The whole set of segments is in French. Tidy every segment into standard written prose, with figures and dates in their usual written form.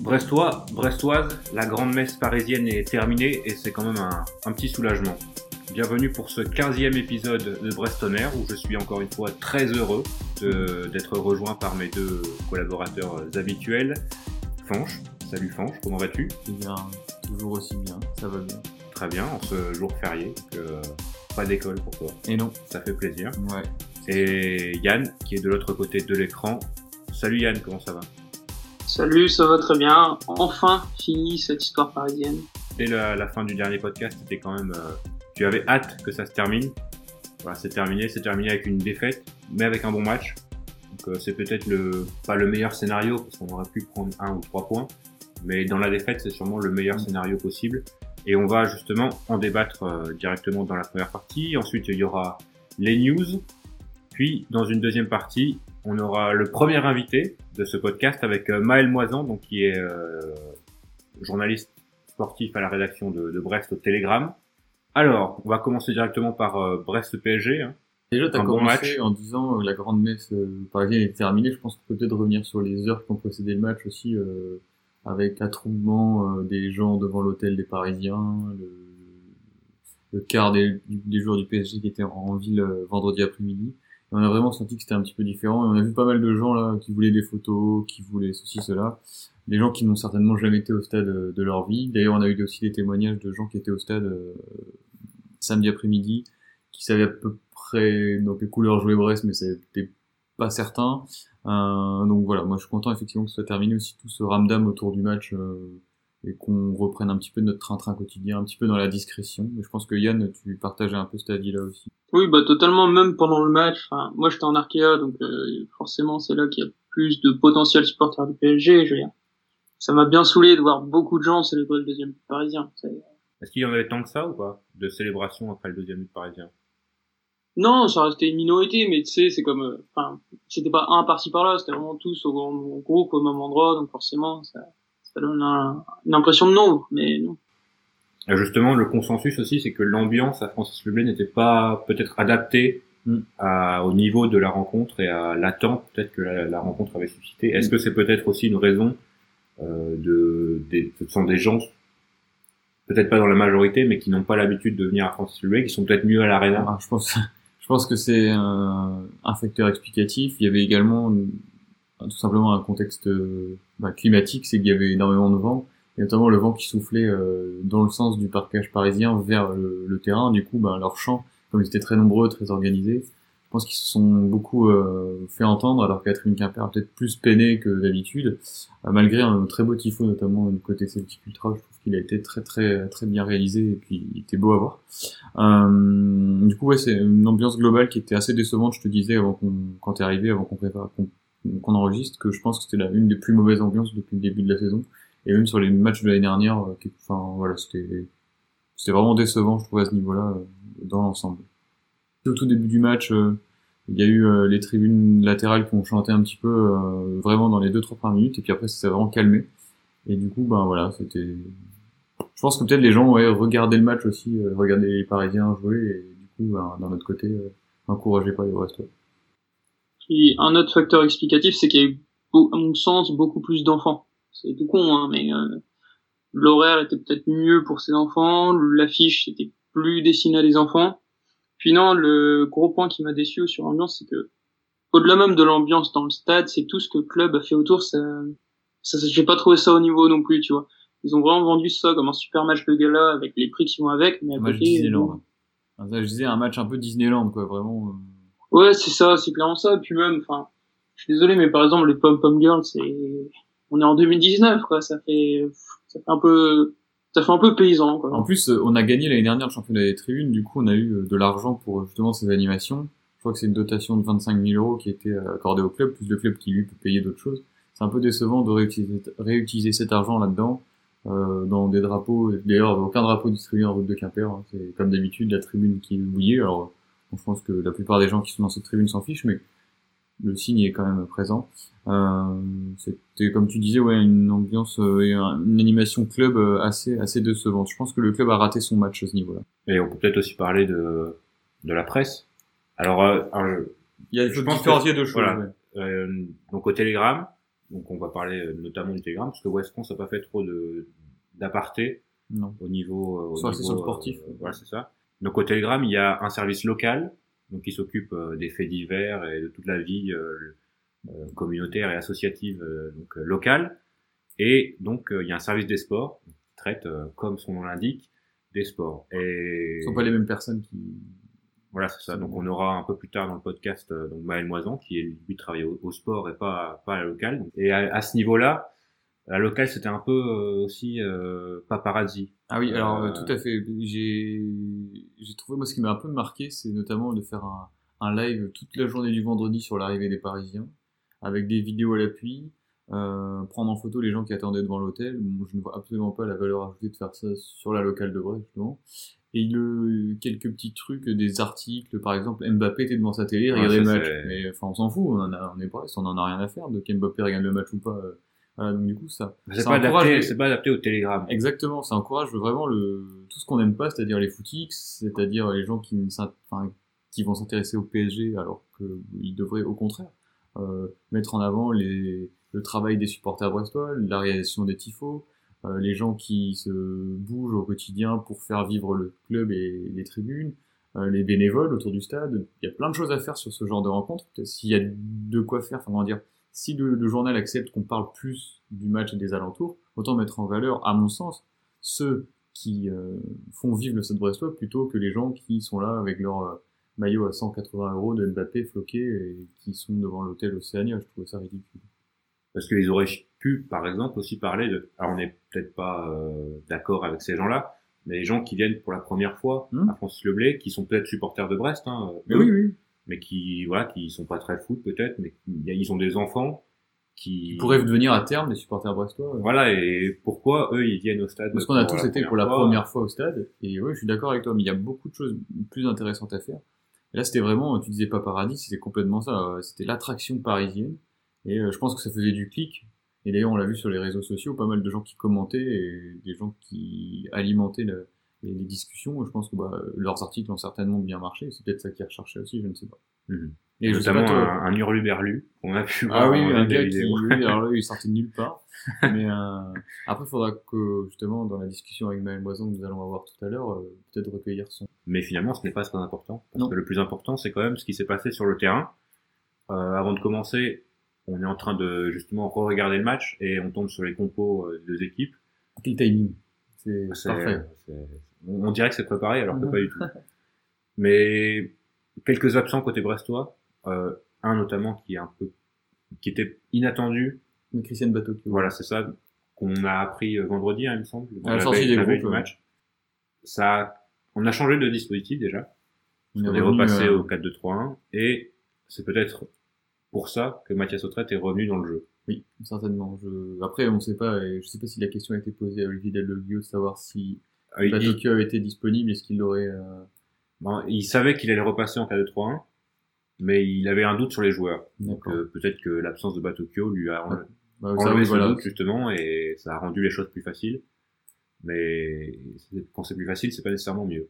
Brestoise, la grande messe parisienne est terminée et c'est quand même un petit soulagement. Bienvenue pour ce 15e épisode de Brest On Air où je suis encore une fois très heureux d'être rejoint par mes deux collaborateurs habituels. Fanche, salut Fanche, comment vas-tu ? Eh bien, toujours aussi bien, ça va bien. Très bien, en ce jour férié, pas d'école pour toi. Et non. Ça fait plaisir. Ouais. Et Yann, qui est de l'autre côté de l'écran. Salut Yann, comment ça va ? Salut, ça va très bien. Enfin fini cette histoire parisienne. Dès la fin du dernier podcast, c'était quand même... tu avais hâte que ça se termine. Voilà, c'est terminé avec une défaite, mais avec un bon match. Donc c'est peut-être pas le meilleur scénario, parce qu'on aurait pu prendre 1 ou 3 points. Mais dans la défaite, c'est sûrement le meilleur scénario possible. Et on va justement en débattre directement dans la première partie. Ensuite, il y aura les news. Puis, dans une deuxième partie, on aura le premier invité de ce podcast avec Maël Moisan, donc qui est journaliste sportif à la rédaction de Brest au Télégramme. Alors, on va commencer directement par Brest-PSG. Hein. Déjà, t'as commencé match. en disant la grande messe parisienne est terminée. Je pense qu'on peut peut-être revenir sur les heures qui ont précédé le match aussi, avec l'attroupement des gens devant l'hôtel des Parisiens, le quart des joueurs du PSG qui étaient en ville vendredi après-midi. Et on a vraiment senti que c'était un petit peu différent. Et on a vu pas mal de gens là qui voulaient des photos, qui voulaient ceci, cela. Des gens qui n'ont certainement jamais été au stade de leur vie. D'ailleurs, on a eu aussi des témoignages de gens qui étaient au stade samedi après-midi, qui savaient à peu près dans quelle couleur jouait Brest, mais c'était pas certain. Donc voilà, moi je suis content effectivement que ce soit terminé aussi tout ce ramdam autour du match et qu'on reprenne un petit peu notre train-train quotidien, un petit peu dans la discrétion. Mais je pense que Yann, tu partageais un peu cet avis-là aussi. Oui, bah totalement, même pendant le match. Enfin, moi j'étais en Arkea, donc forcément c'est là qu'il y a plus de potentiels supporters du PSG. Je veux dire, ça m'a bien saoulé de voir beaucoup de gens célébrer le deuxième but parisien. Est-ce qu'il y en avait tant que ça ou pas, de célébration après le deuxième but parisien ? Non, ça restait une minorité, mais tu sais, c'est comme, enfin, c'était pas un par-ci par-là, c'était vraiment tous au groupe, au même endroit, donc forcément, ça donne une impression de nombre, mais non. Et justement, le consensus aussi, c'est que l'ambiance à Francis Leblet n'était pas peut-être adaptée au niveau de la rencontre et à l'attente peut-être que la rencontre avait suscité. Est-ce que c'est peut-être aussi une raison ce sont des gens, peut-être pas dans la majorité, mais qui n'ont pas l'habitude de venir à Francis Leblet, qui sont peut-être mieux à l'Arena. Je pense que c'est un facteur explicatif. Il y avait également tout simplement un contexte climatique, c'est qu'il y avait énormément de vent, et notamment le vent qui soufflait dans le sens du parquage parisien vers le terrain. Du coup, leur chant, comme ils étaient très nombreux, très organisés, je pense qu'ils se sont beaucoup fait entendre, alors que la tribune Quimper a peut-être plus peiné que d'habitude, malgré un très beau tifo, notamment du côté Celtic Ultra. Je trouve qu'il a été très très très bien réalisé et puis il était beau à voir. Du coup, ouais, c'est une ambiance globale qui était assez décevante. Je te disais quand t'es arrivé, avant qu'on enregistre, que je pense que c'était une des plus mauvaises ambiances depuis le début de la saison. Et même sur les matchs de l'année dernière, c'était vraiment décevant, je trouve, à ce niveau-là, dans l'ensemble. Au tout début du match, il y a eu les tribunes latérales qui ont chanté un petit peu vraiment dans les 2-3 premières minutes, et puis après ça s'est vraiment calmé. Et du coup, c'était... Je pense que peut-être les gens regardaient le match aussi, regardaient les Parisiens jouer, et du coup, d'un autre côté, n'encourageaient pas les Brestois. Puis un autre facteur explicatif, c'est qu'il y a eu, à mon sens, beaucoup plus d'enfants. C'est tout con, hein, mais l'horaire était peut-être mieux pour ces enfants, l'affiche était plus destinée à des enfants. Puis non, le gros point qui m'a déçu sur l'ambiance, c'est que au-delà même de l'ambiance dans le stade, c'est tout ce que le club a fait autour. Ça, j'ai pas trouvé ça au niveau non plus, tu vois. Ils ont vraiment vendu ça comme un super match de gala avec les prix qui vont avec, mais à côté. Disneyland. Je disais un match un peu Disneyland, quoi, vraiment. Ouais, c'est ça, c'est clairement ça. Et puis même, enfin, je suis désolé, mais par exemple les Pom Pom Girls, on est en 2019, quoi. Ça fait un peu paysan, quoi. En plus, on a gagné l'année dernière le championnat des tribunes, du coup on a eu de l'argent pour justement ces animations. Je crois que c'est une dotation de 25 000 € qui était accordée au club, plus le club qui lui peut payer d'autres choses. C'est un peu décevant de réutiliser cet argent là-dedans, dans des drapeaux. D'ailleurs, aucun drapeau distribué en route de Quimper, hein. C'est comme d'habitude la tribune qui est mouillée. Alors, je pense que la plupart des gens qui sont dans cette tribune s'en fichent, mais le signe est quand même présent. C'était, comme tu disais, une ambiance et une animation club assez décevante. Je pense que le club a raté son match à ce niveau-là. Et on peut peut-être aussi parler de la presse. Alors, il y a différencier deux choses. Voilà. Donc au Télégramme, Donc on va parler notamment du Telegram, parce que West France n'a pas fait trop d'aparté Non. au niveau, Soit c'est sur le sportif. Voilà, c'est ça. Donc au Telegram, il y a un service local, donc qui s'occupe des faits divers et de toute la vie communautaire et associative locale. Et donc il y a un service des sports qui traite, comme son nom l'indique, des sports. Et Ce sont pas les mêmes personnes qui... voilà, c'est ça. Donc on aura un peu plus tard dans le podcast donc Maël Moisan qui lui travaille au sport et pas à la locale. Et à ce niveau-là, la locale c'était un peu aussi paparazzi. Ah oui, alors tout à fait. J'ai trouvé, moi, ce qui m'a un peu marqué, c'est notamment de faire un live toute la journée du vendredi sur l'arrivée des Parisiens, avec des vidéos à l'appui, prendre en photo les gens qui attendaient devant l'hôtel. Bon, je ne vois absolument pas la valeur ajoutée de faire ça sur la locale de Brest, justement. Et quelques petits trucs, des articles, par exemple, Mbappé était devant sa télé, regardez le match. Mais enfin, on s'en fout, on est Brest, on en a rien à faire de qu'Mbappé regarde le match ou pas. Voilà, donc du coup, ça c'est pas adapté au Telegram. Exactement, ça encourage vraiment tout ce qu'on n'aime pas, c'est-à-dire les footix, c'est-à-dire les gens qui vont s'intéresser au PSG alors qu'ils devraient au contraire mettre en avant le travail des supporters brestois, la réalisation des tifos, les gens qui se bougent au quotidien pour faire vivre le club et les tribunes, les bénévoles autour du stade. Il y a plein de choses à faire sur ce genre de rencontre. S'il y a de quoi faire, enfin, comment dire, si le journal accepte qu'on parle plus du match et des alentours, autant mettre en valeur, à mon sens, ceux qui font vivre le Stade brestois plutôt que les gens qui sont là avec leur maillot à 180 € de Mbappé floqué et qui sont devant l'hôtel Océania. Je trouve ça ridicule. Parce qu'ils auraient pu, par exemple, aussi parler de... Alors on n'est peut-être pas d'accord avec ces gens-là, mais les gens qui viennent pour la première fois à Francis Leblay, qui sont peut-être supporters de Brest, mais oui. Mais qui sont pas très foot peut-être, mais ils ont des enfants qui pourraient devenir à terme des supporters brestois. Voilà, et pourquoi eux ils viennent au stade? Parce qu'on a tous été pour la première fois au stade, et oui, je suis d'accord avec toi, mais il y a beaucoup de choses plus intéressantes à faire. Et là, c'était vraiment, tu disais pas paradis, c'était complètement ça, c'était l'attraction parisienne, et je pense que ça faisait du clic. Et d'ailleurs, on l'a vu sur les réseaux sociaux, pas mal de gens qui commentaient et des gens qui alimentaient les discussions. Je pense que leurs articles ont certainement bien marché. C'est peut-être ça qu'ils recherchaient aussi, je ne sais pas. Mm-hmm. Et notamment un hurluberlu qu'on a pu voir. Ah oui, un gars qui, oui, alors là, il sortait de nulle part. Mais après, il faudra que, justement, dans la discussion avec Maël Moisan que nous allons avoir tout à l'heure, peut-être recueillir son... Mais finalement, ce n'est pas très important. Parce que le plus important, c'est quand même ce qui s'est passé sur le terrain. Avant de commencer, on est en train de, justement, re-regarder le match et on tombe sur les compos des deux équipes. Quel timing. C'est parfait. On dirait que c'est préparé, alors que pas du tout. Mais quelques absents côté brestois. Un notamment qui était inattendu. Christian Batocchio. Voilà, c'est ça qu'on a appris vendredi, il me semble. À la sortie des groupes. Match. On a changé de dispositif déjà. On est repassé au 4-2-3-1 et c'est peut-être pour ça que Mathias Autrette est revenu dans le jeu. Oui, certainement. Après, on sait pas, et je sais pas si la question a été posée à Olivier Delleguillot de savoir si Batocchio avait été disponible, est-ce qu'il l'aurait... il savait qu'il allait repasser en 4-2-3-1. Mais il avait un doute sur les joueurs. Donc peut-être que l'absence de Batocchio lui a enlevé ce doute justement et ça a rendu les choses plus faciles. Mais quand c'est plus facile, c'est pas nécessairement mieux.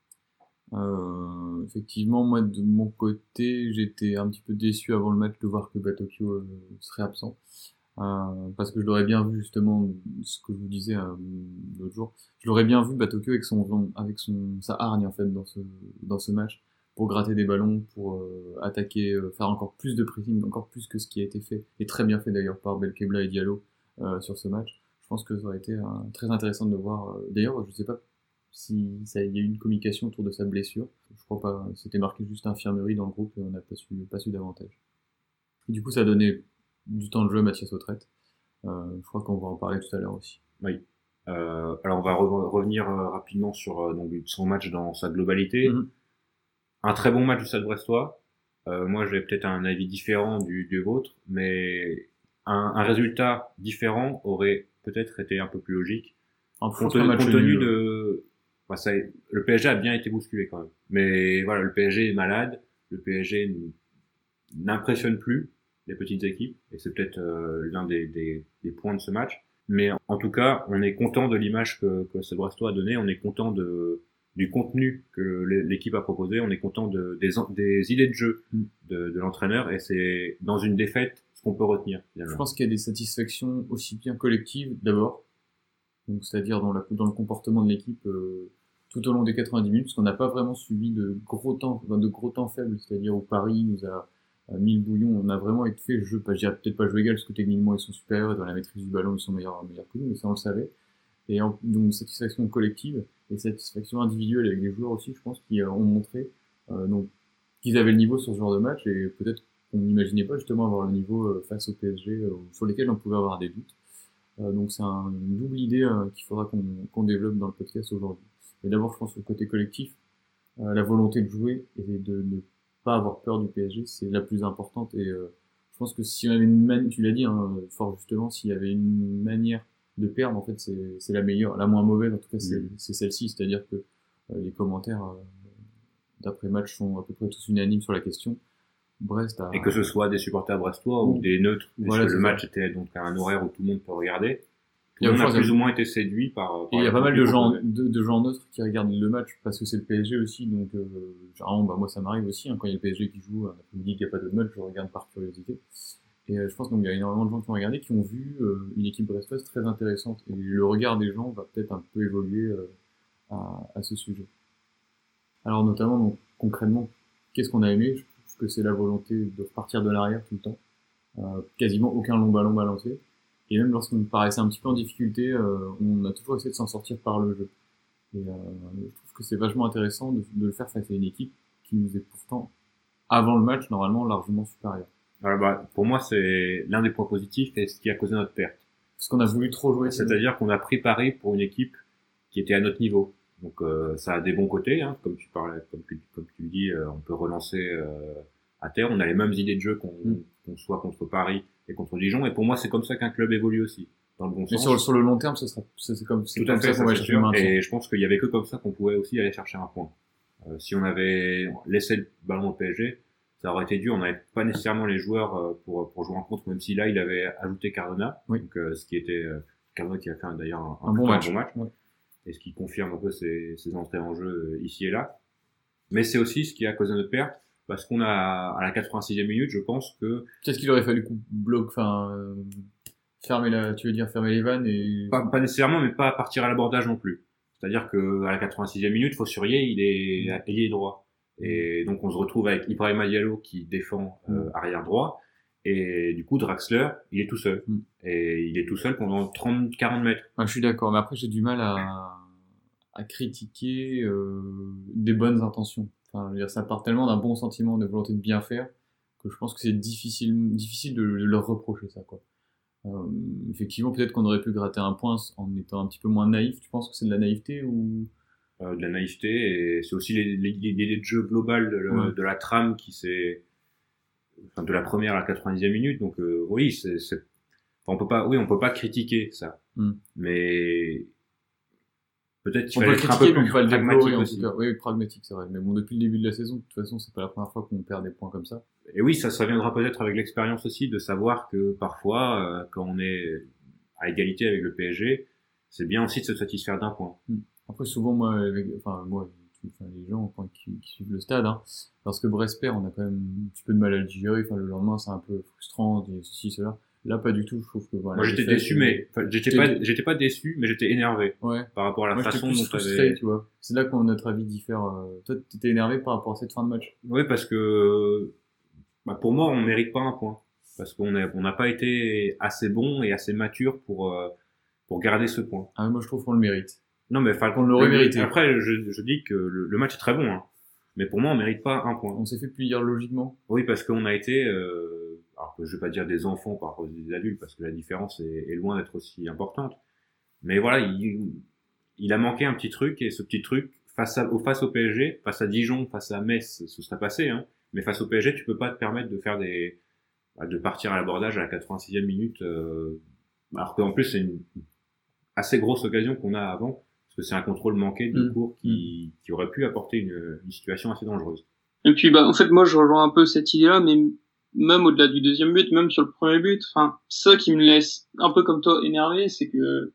Effectivement, moi de mon côté, j'étais un petit peu déçu avant le match de voir que Batocchio serait absent. Parce que je l'aurais bien vu justement, ce que je vous disais l'autre jour, je l'aurais bien vu Batocchio avec sa hargne en fait dans ce match, pour gratter des ballons, pour attaquer, faire encore plus de pressing, encore plus que ce qui a été fait, et très bien fait d'ailleurs par Belkebla et Diallo sur ce match. Je pense que ça aurait été très intéressant de voir. D'ailleurs, je sais pas si il y a eu une communication autour de sa blessure. Je crois pas. C'était marqué juste infirmerie dans le groupe et on n'a pas su davantage. Et du coup, ça a donné du temps de jeu à Mathias Autrette. Je crois qu'on va en parler tout à l'heure aussi. Oui. Alors on va revenir rapidement sur donc son match dans sa globalité. Mm-hmm. Un très bon match du Stade brestois. Moi, j'ai peut-être un avis différent du vôtre, mais un résultat différent aurait peut-être été un peu plus logique. Compte tenu de... le PSG a bien été bousculé quand même. Mais voilà, le PSG est malade. Le PSG n'impressionne plus les petites équipes. Et c'est peut-être l'un des points de ce match. Mais en tout cas, on est content de l'image que le Stade brestois a donné. On est content du contenu que l'équipe a proposé, on est content des idées de jeu de l'entraîneur, et c'est dans une défaite ce qu'on peut retenir finalement. Je pense qu'il y a des satisfactions aussi bien collectives d'abord, donc c'est-à-dire dans le comportement de l'équipe tout au long des 90 minutes, parce qu'on n'a pas vraiment subi de gros temps faibles, c'est-à-dire où Paris nous a mis le bouillon, on a vraiment été fait jeu, je dirais peut-être pas jeu égal parce que techniquement ils sont supérieurs et dans la maîtrise du ballon ils sont meilleurs que nous, mais ça on le savait. Et donc satisfaction collective et satisfaction individuelle avec les joueurs aussi, je pense, qui ont montré donc qu'ils avaient le niveau sur ce genre de match et peut-être qu'on n'imaginait pas justement avoir le niveau face au PSG sur lesquels on pouvait avoir des doutes. Donc c'est une double idée qu'il faudra qu'on développe dans le podcast aujourd'hui. Et d'abord, je pense au côté collectif, la volonté de jouer et de ne pas avoir peur du PSG, c'est la plus importante. Et je pense que si on avait tu l'as dit fort justement, s'il y avait une manière de perdre, en fait, c'est la meilleure, la moins mauvaise. En tout cas, c'est celle-ci. C'est-à-dire que les commentaires d'après match sont à peu près tous unanimes sur la question. Brest et que ce soit des supporters brestois ou des neutres, voilà, le match était donc à un horaire où tout le monde peut regarder. On a plus ou moins été séduit par et il y a pas mal de gens neutres qui regardent le match parce que c'est le PSG aussi, donc généralement moi ça m'arrive aussi quand il y a le PSG qui joue, je me dis qu'il n'y a pas de match, je regarde par curiosité. Et je pense donc il y a énormément de gens qui ont regardé, qui ont vu une équipe brestoise très intéressante, et le regard des gens va peut-être un peu évoluer à ce sujet. Alors notamment donc concrètement, qu'est-ce qu'on a aimé? Je trouve que c'est la volonté de repartir de l'arrière tout le temps, quasiment aucun long ballon balancé. Et même lorsqu'on paraissait un petit peu en difficulté, on a toujours essayé de s'en sortir par le jeu. Et je trouve que c'est vachement intéressant de le faire face à une équipe qui nous est pourtant, avant le match, normalement largement supérieure. Alors pour moi, c'est l'un des points positifs et ce qui a causé notre perte. Parce qu'on a voulu trop jouer. C'est-à-dire qu'on a pris Paris pour une équipe qui était à notre niveau. Donc ça a des bons côtés, comme tu parlais, comme tu dis, on peut relancer à terre. On a les mêmes idées de jeu qu'on soit contre Paris et contre Dijon, et pour moi c'est comme ça qu'un club évolue aussi, dans le bon sens. Mais sur le long terme, c'est comme ça qu'on va chercher le maintien. Et je pense qu'il y avait que comme ça qu'on pouvait aussi aller chercher un point. Si on avait laissé le ballon au PSG, ça aurait été dur. On n'avait pas nécessairement les joueurs pour jouer en contre, même si là il avait ajouté Cardona, donc ce qui était Cardona qui a fait d'ailleurs un bon match. Ouais. Et ce qui confirme un peu ses entrées en jeu ici et là. Mais c'est aussi ce qui a causé notre perte. Parce qu'on a, à la 86e minute, je pense que... Peut-être qu'il aurait fallu fermer les vannes et... Pas nécessairement, mais pas partir à l'abordage non plus. C'est-à-dire que à la 86e minute, Fosurier, il est ailier droit. Et donc, on se retrouve avec Ibrahima Diallo qui défend arrière droit. Et du coup, Draxler, il est tout seul. Et il est tout seul pendant 30-40 mètres. Je suis d'accord, mais après, j'ai du mal à critiquer des bonnes intentions. Enfin, ça part tellement d'un bon sentiment de volonté de bien faire que je pense que c'est difficile de leur reprocher ça, quoi. Effectivement, peut-être qu'on aurait pu gratter un point en étant un petit peu moins naïf. Tu penses que c'est de la naïveté ou de la naïveté, et c'est aussi l'idée de jeu global de la trame qui s'est, de la première à la 90e minute. Donc oui, on peut pas critiquer ça, mais peut-être qu'il fallait être un peu plus pragmatique aussi. Oui, pragmatique, c'est vrai. Mais bon, depuis le début de la saison, de toute façon, c'est pas la première fois qu'on perd des points comme ça. Et oui, ça viendra peut-être avec l'expérience aussi, de savoir que parfois, quand on est à égalité avec le PSG, c'est bien aussi de se satisfaire d'un point. Après, souvent, les gens qui suivent le stade, parce que Brest perd, on a quand même un petit peu de mal à le digérer. Le lendemain, c'est un peu frustrant, ceci, cela. Là, pas du tout, je trouve que voilà. Moi, j'étais déçu, j'étais pas déçu, mais j'étais énervé. Ouais. Par rapport à la façon dont frustré, tu vois. C'est là que notre avis diffère. Toi, t'étais énervé par rapport à cette fin de match. Oui, parce que, pour moi, on mérite pas un point. Parce qu'on n'a pas été assez bon et assez mature pour garder ce point. Ah, moi, je trouve qu'on le mérite. Non, mais qu'on l'aurait mérité. Après, je dis que le match est très bon, mais pour moi, on mérite pas un point. On s'est fait plier logiquement. Oui, parce qu'on a été, alors que je vais pas dire des enfants par rapport aux adultes, parce que la différence est loin d'être aussi importante. Mais voilà, il a manqué un petit truc, et ce petit truc, face au PSG, face à Dijon, face à Metz, ce serait passé, mais face au PSG, tu peux pas te permettre de faire de partir à l'abordage à la 86e minute, alors qu'en plus, c'est une assez grosse occasion qu'on a avant, parce que c'est un contrôle manqué de court qui aurait pu apporter une situation assez dangereuse. Et puis, en fait, moi, je rejoins un peu cette idée-là, mais même au-delà du deuxième but, même sur le premier but, ça qui me laisse un peu comme toi énervé, c'est que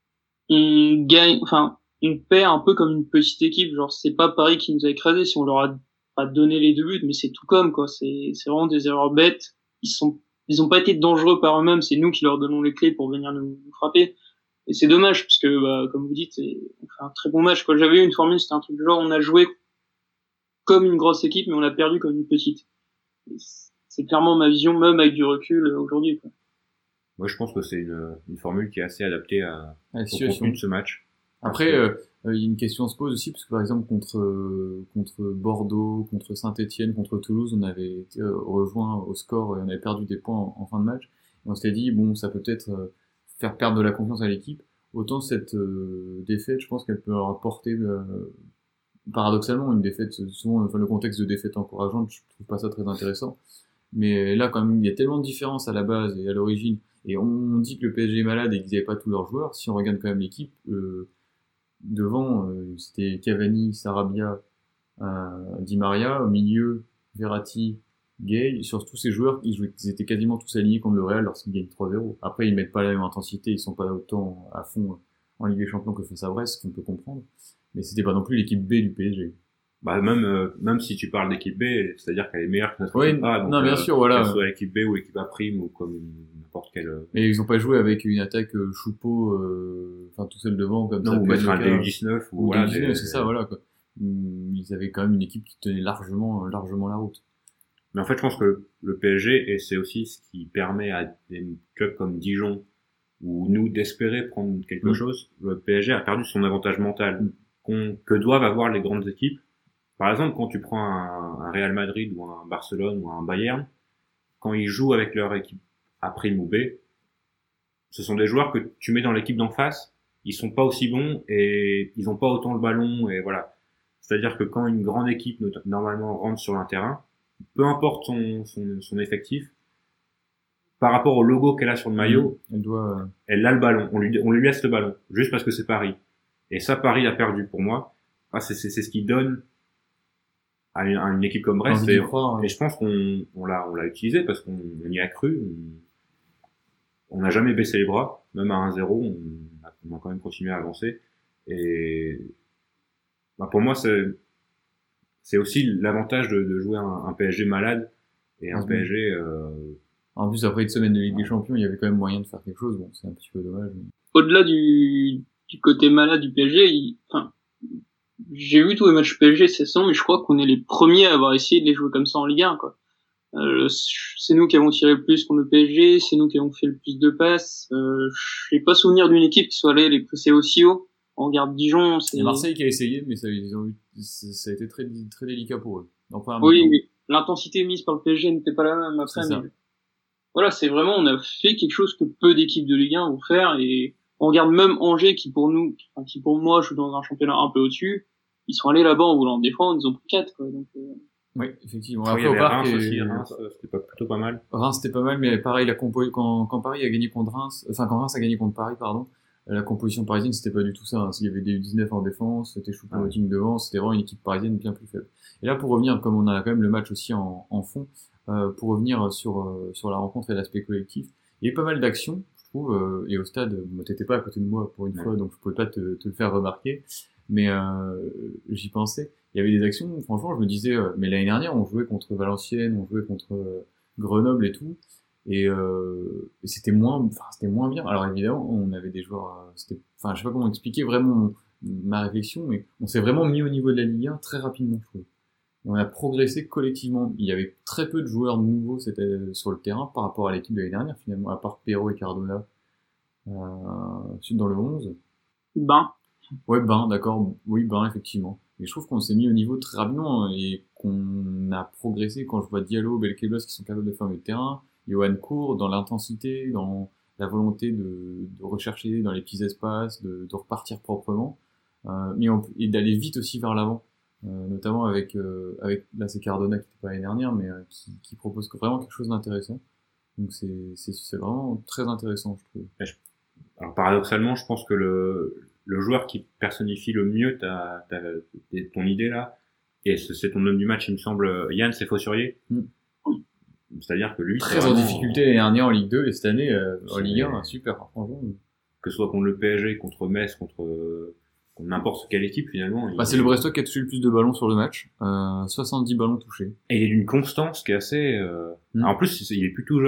on perd un peu comme une petite équipe. Genre, c'est pas Paris qui nous a écrasés si on leur a pas donné les 2 buts, mais c'est tout comme, quoi. C'est vraiment des erreurs bêtes. Ils sont ils ont pas été dangereux par eux-mêmes, c'est nous qui leur donnons les clés pour venir nous frapper. Et c'est dommage, parce que, comme vous dites, on fait un très bon match. Quand j'avais eu une formule, c'était un truc du genre, on a joué comme une grosse équipe, mais on a perdu comme une petite. Et c'est clairement ma vision, même avec du recul aujourd'hui, quoi. Moi, je pense que c'est une formule qui est assez adaptée La au situation. contenu de ce match. Après, il y a une question à se pose aussi, parce que par exemple contre Bordeaux, contre Saint-Étienne, contre Toulouse, on avait été rejoint au score et on avait perdu des points en fin de match. Et on s'était dit bon, ça peut peut-être faire perdre de la confiance à l'équipe. Autant cette défaite, je pense qu'elle peut leur apporter paradoxalement une défaite. Souvent, enfin, le contexte de défaite encourageante, je trouve pas ça très intéressant. Mais là, quand même, il y a tellement de différences à la base et à l'origine. Et on dit que le PSG est malade et qu'ils n'avaient pas tous leurs joueurs. Si on regarde quand même l'équipe, devant, c'était Cavani, Sarabia, Di Maria. Au milieu, Verratti, Gay. Sur tous ces joueurs, ils étaient quasiment tous alignés contre le Real lorsqu'ils gagnent 3-0. Après, ils mettent pas la même intensité, ils sont pas autant à fond en Ligue des Champions que face à Brest, ce qu'on peut comprendre. Mais c'était pas non plus l'équipe B du PSG. Bah même si tu parles d'équipe B, c'est-à-dire qu'elle est meilleure que notre Oui, équipe A. Donc, non, bien sûr, voilà. Que ce soit l'équipe B ou l'équipe A prime ou comme n'importe quelle. Mais ils ont pas joué avec une attaque Choupeau, enfin tout seul devant comme ça. Non, ou mettre un DU19 ou voilà. DU19, c'est ça, voilà quoi. Ils avaient quand même une équipe qui tenait largement la route. Mais en fait, je pense que le PSG, et c'est aussi ce qui permet à des clubs comme Dijon ou nous d'espérer prendre quelque chose, le PSG a perdu son avantage mental que doivent avoir les grandes équipes. Par exemple, quand tu prends un Real Madrid ou un Barcelone ou un Bayern, quand ils jouent avec leur équipe A prime ou B, ce sont des joueurs que tu mets dans l'équipe d'en face, ils sont pas aussi bons et ils ont pas autant le ballon et voilà. C'est-à-dire que quand une grande équipe normalement rentre sur un terrain, peu importe son effectif, par rapport au logo qu'elle a sur le maillot, elle a le ballon. On lui laisse le ballon juste parce que c'est Paris. Et ça, Paris a perdu pour moi. Ah, c'est ce qui donne à une équipe comme Brest. Et je pense qu'on l'a utilisé parce qu'on y a cru. On n'a jamais baissé les bras, même à 1-0, on a quand même continué à avancer. Et pour moi, c'est aussi l'avantage de jouer un PSG malade et un PSG. En plus, après une semaine de Ligue des Champions, il y avait quand même moyen de faire quelque chose. Bon, c'est un petit peu dommage. Mais... Au-delà du côté malade du PSG, j'ai vu tous les matchs PSG cette saison, mais je crois qu'on est les premiers à avoir essayé de les jouer comme ça en Ligue 1, quoi. C'est nous qui avons tiré le plus contre le PSG, c'est nous qui avons fait le plus de passes. Je n'ai pas souvenir d'une équipe qui soit allée les presser aussi haut. On regarde Dijon, c'est... Il y a Marseille qui a essayé, mais ça a été très, très délicat pour eux. Oui, mais l'intensité mise par le PSG n'était pas la même après. Mais... Voilà, c'est vraiment, on a fait quelque chose que peu d'équipes de Ligue 1 vont faire, et on regarde même Angers qui pour moi joue dans un championnat un peu au-dessus. Ils sont allés là-bas en voulant défendre, ils ont pris 4, quoi. Donc, oui, effectivement. Après, au parc, Reims, c'était plutôt pas mal. Reims, c'était pas mal, mais pareil, quand Paris a gagné contre Reims, quand Reims a gagné contre Paris, pardon, la composition parisienne, c'était pas du tout ça. Il y avait des U19 en défense, c'était Choupo-Moting devant, c'était vraiment une équipe parisienne bien plus faible. Et là, pour revenir, comme on a quand même le match aussi en fond, pour revenir sur la rencontre et l'aspect collectif, il y a eu pas mal d'actions, je trouve, et au stade, t'étais pas à côté de moi pour une fois, donc je pouvais pas te le faire remarquer, mais j'y pensais. Il y avait des actions, franchement, je me disais, mais l'année dernière, on jouait contre Valenciennes, on jouait contre Grenoble et tout, et c'était moins bien. Alors évidemment, on avait des joueurs, je sais pas comment expliquer vraiment ma réflexion, mais on s'est vraiment mis au niveau de la Ligue 1 très rapidement, je trouve. Et on a progressé collectivement. Il y avait très peu de joueurs nouveaux sur le terrain par rapport à l'équipe de l'année dernière, finalement, à part Perraud et Cardona, dans le 11. Ouais, d'accord. Oui, effectivement. Et je trouve qu'on s'est mis au niveau très rapidement et qu'on a progressé. Quand je vois Diallo, Belkeblos qui sont capables de fermer le terrain, Johan Cour dans l'intensité, dans la volonté de rechercher dans les petits espaces, de repartir proprement, et d'aller vite aussi vers l'avant, notamment avec là c'est Cardona qui n'était pas l'année dernière, mais qui propose vraiment quelque chose d'intéressant. Donc c'est vraiment très intéressant, je trouve. Alors paradoxalement, je pense que le joueur qui personnifie le mieux ton idée là, et c'est ton homme du match, il me semble, Yann, c'est Faussurier. C'est-à-dire que lui, très en difficulté l'année dernière en Ligue 2 et cette année en Ligue 1, super, franchement. Que ce soit contre le PSG, contre Metz, contre n'importe quelle équipe finalement. C'est le Brestois qui a touché le plus de ballons sur le match, 70 ballons touchés. Et il est d'une constance qui est assez. En plus, il est plus tout jeune.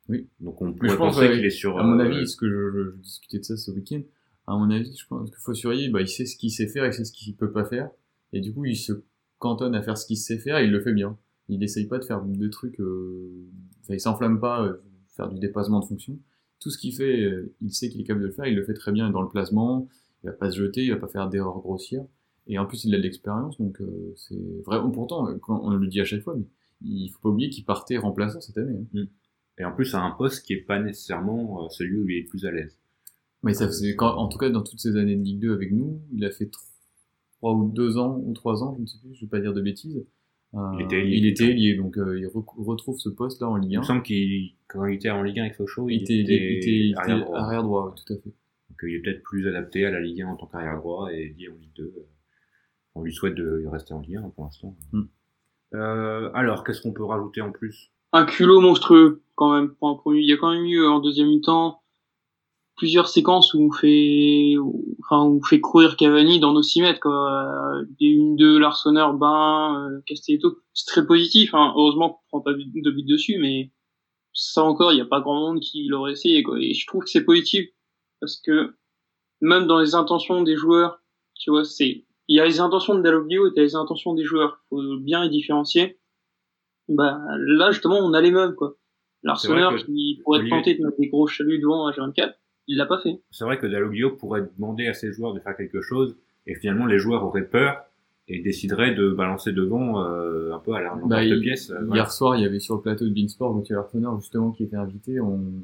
Oui. Donc on Mais pourrait je pense, penser qu'il est sur... à mon avis, ce que je discutais de ça ce week-end, à mon avis, je pense que Fosurier, il sait ce qu'il sait faire, il sait ce qu'il peut pas faire, et du coup, il se cantonne à faire ce qu'il sait faire, et il le fait bien. Il essaye pas de faire de trucs, il s'enflamme pas, faire du dépassement de fonction. Tout ce qu'il fait, il sait qu'il est capable de le faire, il le fait très bien dans le placement, il va pas se jeter, il va pas faire d'erreurs grossières, et en plus, il a de l'expérience, donc c'est vraiment, pourtant, quand on le dit à chaque fois, mais il faut pas oublier qu'il partait remplaçant cette année. Hein. Et en plus, à un poste qui est pas nécessairement celui où il est le plus à l'aise. Mais ça faisait, en tout cas, dans toutes ces années de Ligue 2 avec nous, il a fait 3 ou 3 ans, je ne sais plus, je vais pas dire de bêtises. Il était ailier, donc il retrouve ce poste-là en Ligue 1. Il me semble quand il était en Ligue 1 avec Sochaux, il était arrière droit, oui, tout à fait. Donc il est peut-être plus adapté à la Ligue 1 en tant qu'arrière droit et lié en Ligue 2. On lui souhaite de rester en Ligue 1 pour l'instant. Alors, qu'est-ce qu'on peut rajouter en plus? Un culot monstrueux, quand même, pour un premier. Il y a quand même eu, en deuxième mi-temps, plusieurs séquences où on fait courir Cavani dans nos 6 mètres, quoi. Des 1-2, Larsonneur, Castelletto. C'est très positif, hein. Heureusement qu'on prend pas de but dessus, mais ça encore, il y a pas grand monde qui l'aurait essayé, quoi. Et je trouve que c'est positif. Parce que, même dans les intentions des joueurs, tu vois, il y a les intentions de Dalloglio et il y a les intentions des joueurs. Faut bien les différencier. Là, justement, on a les mêmes, quoi. Larsonneur, qui pourrait être tenté de mettre des gros chaluts devant à H24, il l'a pas fait. C'est vrai que Dalloglio pourrait demander à ses joueurs de faire quelque chose, et finalement, les joueurs auraient peur, et décideraient de balancer devant, un peu à l'emporte-pièce. Hier soir, il y avait sur le plateau de Beansport, Gauthier Larsonneur, justement, qui était invité,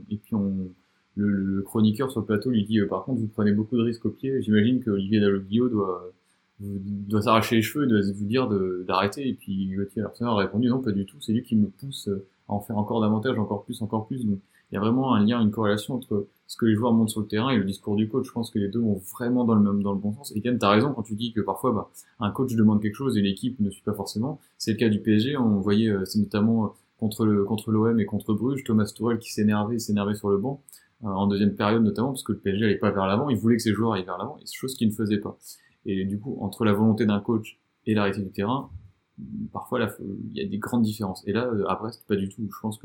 le chroniqueur sur le plateau lui dit, par contre, vous prenez beaucoup de risques au pied, j'imagine que Olivier Dalloglio doit s'arracher les cheveux, doit vous dire d'arrêter, et puis Gauthier Larsonneur a répondu non, pas du tout, c'est lui qui me pousse à en faire encore davantage, encore plus, donc il y a vraiment un lien, une corrélation entre ce que les joueurs montrent sur le terrain et le discours du coach. Je pense que les deux vont vraiment dans le bon sens. Et Ken, t'as raison quand tu dis que parfois un coach demande quelque chose et l'équipe ne suit pas forcément. C'est le cas du PSG, on voyait c'est notamment contre l'OM et contre Bruges, Thomas Tuchel qui s'énervait sur le banc en deuxième période notamment parce que le PSG allait pas vers l'avant, il voulait que ses joueurs aillent vers l'avant, et c'est chose qu'il ne faisait pas. Et du coup, entre la volonté d'un coach et la réalité du terrain, parfois il y a des grandes différences. Et là, à Brest, pas du tout. Je pense que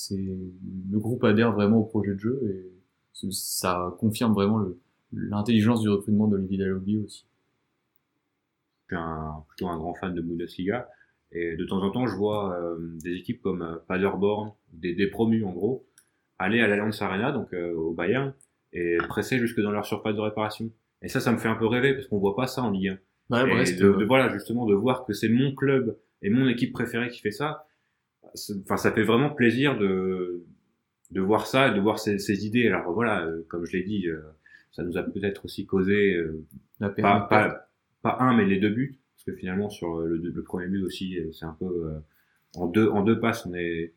le groupe adhère vraiment au projet de jeu et ça confirme vraiment l'intelligence du recrutement d'Olivier Dalloglio aussi. Je suis plutôt un grand fan de Bundesliga et de temps en temps je vois des équipes comme Paderborn, des promus en gros, aller à l'Allianz Arena, donc au Bayern, et presser jusque dans leur surface de réparation. Et ça me fait un peu rêver parce qu'on voit pas ça en Ligue 1. Ouais, Brest, voilà, justement, de voir que c'est mon club et mon équipe préférée qui fait ça, ça fait vraiment plaisir de voir ça et de voir ces idées. Alors voilà, comme je l'ai dit, ça nous a peut-être aussi causé pas un mais les 2 buts, parce que finalement sur le premier but aussi, c'est un peu en deux passes on est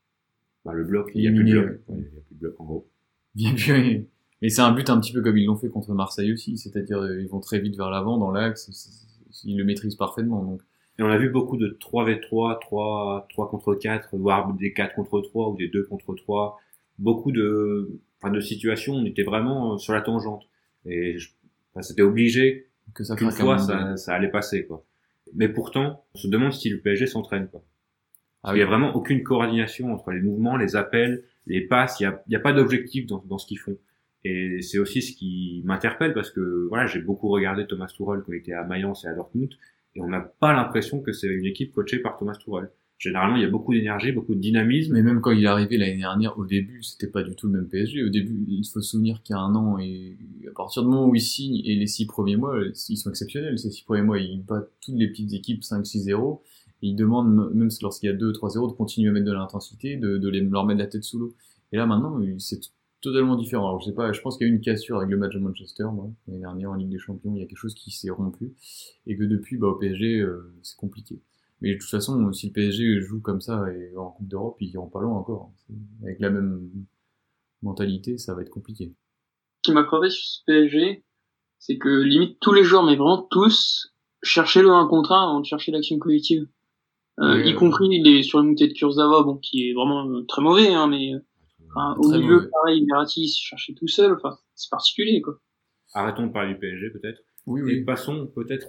le bloc, il y a plus de bloc, il y a plus de bloc en gros. Bien sûr. Mais c'est un but un petit peu comme ils l'ont fait contre Marseille aussi, c'est-à-dire ils vont très vite vers l'avant dans l'axe, ils le maîtrisent parfaitement donc. Et on a vu beaucoup de 3v3, 3 contre 4, voire des 4 contre 3 ou des 2 contre 3. Beaucoup de situations, on était vraiment sur la tangente. Et c'était obligé qu'une fois ça allait passer, quoi. Mais pourtant, on se demande si le PSG s'entraîne, quoi. Il y a vraiment aucune coordination entre les mouvements, les appels, les passes, il y a pas d'objectif dans ce qu'ils font. Et c'est aussi ce qui m'interpelle parce que voilà, j'ai beaucoup regardé Thomas Tuchel quand il était à Mayence et à Dortmund. Et on n'a pas l'impression que c'est une équipe coachée par Thomas Tuchel. Généralement, il y a beaucoup d'énergie, beaucoup de dynamisme. Mais même quand il est arrivé l'année dernière, au début, c'était pas du tout le même PSG. Au début, il faut se souvenir qu'il y a un an, et à partir du moment où il signe, et les 6 premiers mois, ils sont exceptionnels. Ces 6 premiers mois, il bat toutes les petites équipes 5-6-0. Et il demande, même lorsqu'il y a 2-3-0, de continuer à mettre de l'intensité, de leur mettre la tête sous l'eau. Et là, maintenant, c'est totalement différent. Alors, je sais pas, je pense qu'il y a eu une cassure avec le match de Manchester, l'année dernière en Ligue des Champions, il y a quelque chose qui s'est rompu. Et que depuis, au PSG, c'est compliqué. Mais de toute façon, si le PSG joue comme ça et en Coupe d'Europe, ils iront pas loin encore. Avec la même mentalité, ça va être compliqué. Ce qui m'a crevé sur ce PSG, c'est que limite tous les joueurs, mais vraiment tous, cherchaient le 1 contre 1 avant de chercher l'action collective. Y compris sur la montée de Kurzawa, qui est vraiment très mauvais, hein, mais au milieu, mauvais. Pareil, Verratti se cherchait tout seul, c'est particulier, quoi. Arrêtons de parler du PSG, peut-être. Oui. Et passons peut-être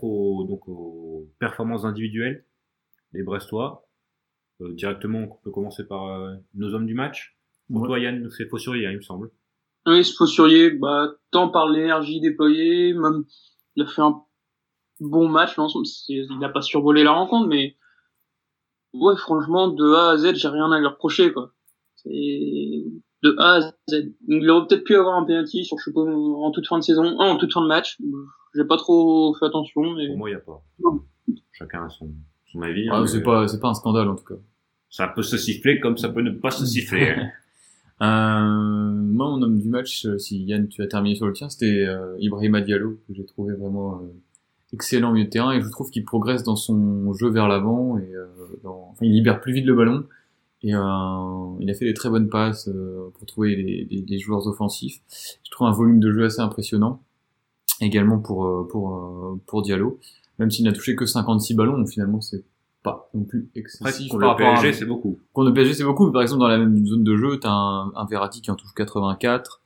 aux performances individuelles des Brestois. Directement, on peut commencer par nos hommes du match. Pour toi, Yann, c'est Faussurier, il me semble. Oui, Faussurier, tant par l'énergie déployée, même, il a fait un bon match, l'ensemble, il n'a pas survolé la rencontre, mais, ouais, franchement, de A à Z, j'ai rien à lui reprocher, quoi. C'est, de A à Z. Il aurait peut-être pu avoir un penalty sur, je sais pas, en toute fin de saison, en toute fin de match. J'ai pas trop fait attention, mais... Pour moi, il n'y a pas. Chacun a son avis. Ah, c'est pas un scandale, en tout cas. Ça peut se siffler comme ça peut ne pas se siffler. Moi, mon homme du match, si Yann, tu as terminé sur le tien, c'était Ibrahima Diallo, que j'ai trouvé vraiment excellent au milieu de terrain, et je trouve qu'il progresse dans son jeu vers l'avant, et il libère plus vite le ballon, et il a fait des très bonnes passes pour trouver des joueurs offensifs. Je trouve un volume de jeu assez impressionnant, également pour Diallo, même s'il n'a touché que 56 ballons, donc finalement c'est pas non plus excessif. Pour le PSG, c'est beaucoup. Pour le PSG, c'est beaucoup. Par exemple, dans la même zone de jeu, t'as un Verratti qui en touche 84,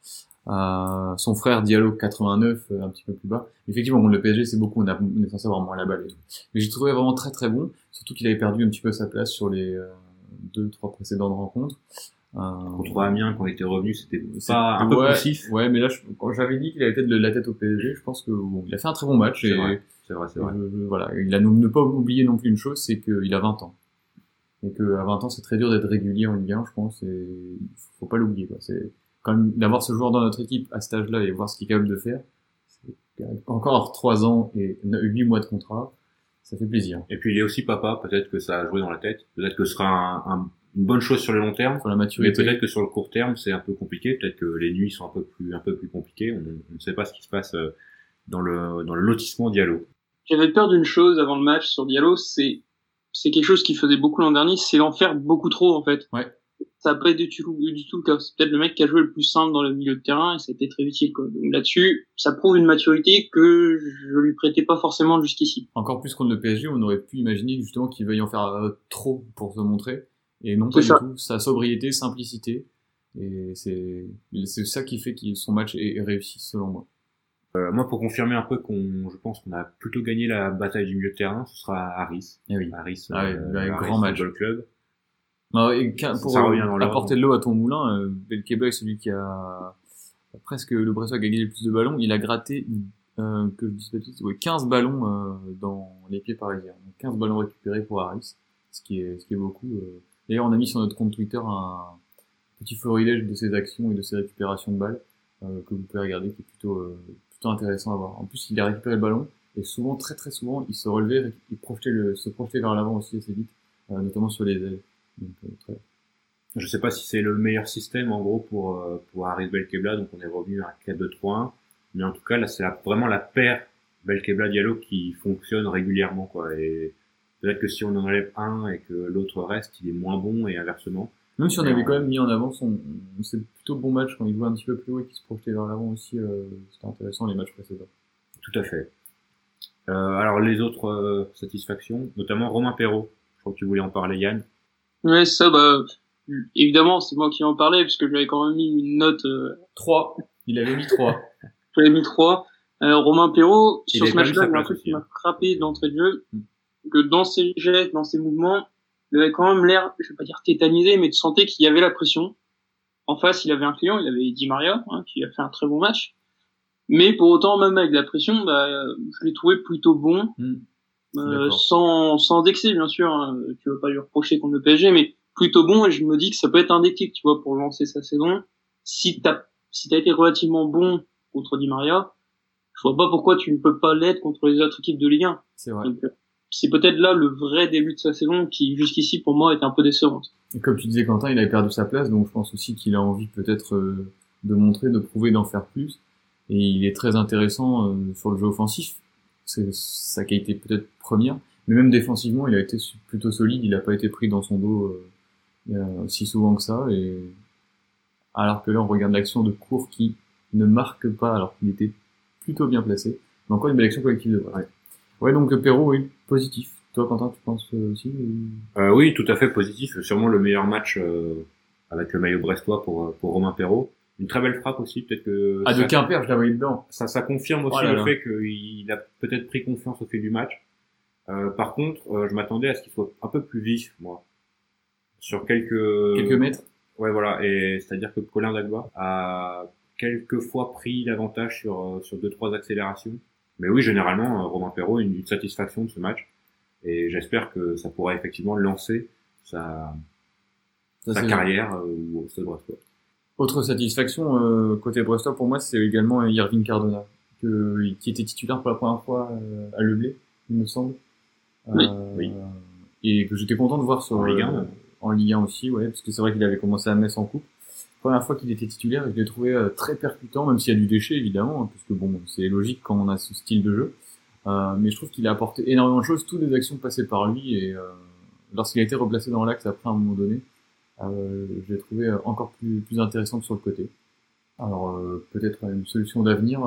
son frère Diallo 89, un petit peu plus bas. Effectivement, contre le PSG, c'est beaucoup. On est censé avoir moins la balle et tout. Mais j'ai trouvé vraiment très très bon. Surtout qu'il avait perdu un petit peu sa place sur les 2-3 précédentes rencontres. Contre Amiens, quand il était revenu, c'était pas un peu poussif. Ouais, mais là, quand j'avais dit qu'il avait peut-être la tête au PSG, je pense que bon, il a fait un très bon match. C'est vrai. Voilà, il a ne pas oublier non plus une chose, c'est qu'il a 20 ans. Et que à 20 ans, c'est très dur d'être régulier en Ligue 1, je pense, et faut pas l'oublier, quoi. C'est quand même d'avoir ce joueur dans notre équipe à cet âge-là et voir ce qu'il est capable de faire. C'est encore 3 ans et 8 mois de contrat, ça fait plaisir. Et puis il est aussi papa, peut-être que ça a joué dans la tête, peut-être que ce sera une bonne chose sur le long terme, sur la maturité. Mais peut-être que sur le court terme, c'est un peu compliqué, peut-être que les nuits sont un peu plus compliquées, on ne sait pas ce qui se passe dans le lotissement Diallo. J'avais peur d'une chose avant le match sur Diallo, c'est quelque chose qui faisait beaucoup l'an dernier, c'est d'en faire beaucoup trop, en fait. Ouais. Ça a pas été du tout le cas. C'est peut-être le mec qui a joué le plus simple dans le milieu de terrain et ça a été très utile, quoi. Donc là-dessus, ça prouve une maturité que je lui prêtais pas forcément jusqu'ici. Encore plus contre le PSG, on aurait pu imaginer justement qu'il veuille en faire trop pour se montrer. Et non, pas du tout. Sa sobriété, simplicité. Et c'est ça qui fait que son match est réussi, selon moi. Moi, pour confirmer un peu je pense qu'on a plutôt gagné la bataille du milieu de terrain, ce sera Harris. Eh oui. Harris, grand match. Football Club. Et pour apporter de l'eau à ton moulin, Belkebla est celui qui a presque le Bressois qui a gagné le plus de ballons. Il a gratté, que je dise pas de bêtises, 15 ballons dans les pieds parisiens. Donc 15 ballons récupérés pour Harris, ce qui est beaucoup. D'ailleurs, on a mis sur notre compte Twitter un petit florilège de ses actions et de ses récupérations de balles que vous pouvez regarder, qui est plutôt intéressant à voir. En plus, il a récupéré le ballon et souvent, très très souvent, il se relevait, il se projetait vers l'avant aussi assez vite, notamment sur les ailes. Donc, je sais pas si c'est le meilleur système en gros pour Harris Belkebla, donc on est revenu à 4-2-3-1, mais en tout cas là c'est vraiment la paire Belkebla Diallo qui fonctionne régulièrement, quoi. Et peut-être que si on en enlève un et que l'autre reste, il est moins bon et inversement. Même si on avait quand même mis en avant c'est plutôt bon match quand il jouait un petit peu plus haut et qu'il se projetait vers l'avant aussi, c'était intéressant les matchs précédents. Tout à fait. Alors les autres satisfactions, notamment Romain Perraud. Je crois que tu voulais en parler, Yann. Ouais, ça, évidemment, c'est moi qui en parlais, puisque je lui avais quand même mis une note 3. Il avait mis 3. J'avais mis 3. Romain Perraud, sur ce match-là, il y a un truc qui m'a frappé d'entrée de jeu, que dans ses gestes, dans ses mouvements, il avait quand même l'air, je vais pas dire tétanisé, mais tu sentais qu'il y avait la pression. En face, il avait un client, il avait Di Maria, qui a fait un très bon match. Mais pour autant, même avec la pression, je l'ai trouvé plutôt bon. Sans excès, bien sûr, tu vas pas lui reprocher contre le PSG, mais plutôt bon, et je me dis que ça peut être un déclic, tu vois, pour lancer sa saison. Si t'as été relativement bon contre Di Maria, je vois pas pourquoi tu ne peux pas l'être contre les autres équipes de Ligue 1. C'est vrai. Donc, c'est peut-être là le vrai début de sa saison qui, jusqu'ici, pour moi, est un peu décevante. Et comme tu disais, Quentin, il avait perdu sa place, donc je pense aussi qu'il a envie peut-être de montrer, de prouver, d'en faire plus. Et il est très intéressant sur le jeu offensif. C'est sa qualité peut-être première. Mais même défensivement, il a été plutôt solide. Il n'a pas été pris dans son dos si souvent que ça. Et alors que là, on regarde l'action de Cour qui ne marque pas alors qu'il était plutôt bien placé. Mais encore une belle action collective de vrai. Ouais, donc Perraud, oui, positif. Toi, Quentin, tu penses aussi Oui, tout à fait positif. Sûrement le meilleur match avec le maillot brestois pour Romain Perraud. Une très belle frappe aussi, peut-être que... de Quimper, je la voyais dedans. Ça confirme aussi le fait qu'il a peut-être pris confiance au fil du match. Par contre, je m'attendais à ce qu'il soit un peu plus vif, moi. Sur quelques mètres. Ouais, voilà. Et c'est-à-dire que Colin Dagba a quelques fois pris l'avantage sur 2-3 accélérations. Mais oui, généralement, Romain Perrault a une satisfaction de ce match. Et j'espère que ça pourra effectivement lancer sa carrière au Stade Brestois. Autre satisfaction côté Brestois pour moi, c'est également Irving Cardona, qui était titulaire pour la première fois à Le Blé, il me semble. Oui. Et que j'étais content de voir sur en Ligue 1. En Ligue 1 aussi, ouais, parce que c'est vrai qu'il avait commencé à Metz en coupe. Première fois qu'il était titulaire, et je l'ai trouvé très percutant, même s'il y a du déchet évidemment, hein, parce que bon, c'est logique quand on a ce style de jeu. Mais je trouve qu'il a apporté énormément de choses, toutes les actions passées par lui, et lorsqu'il a été replacé dans l'axe après à un moment donné, je l'ai trouvé encore plus intéressante sur le côté. Alors peut-être une solution d'avenir.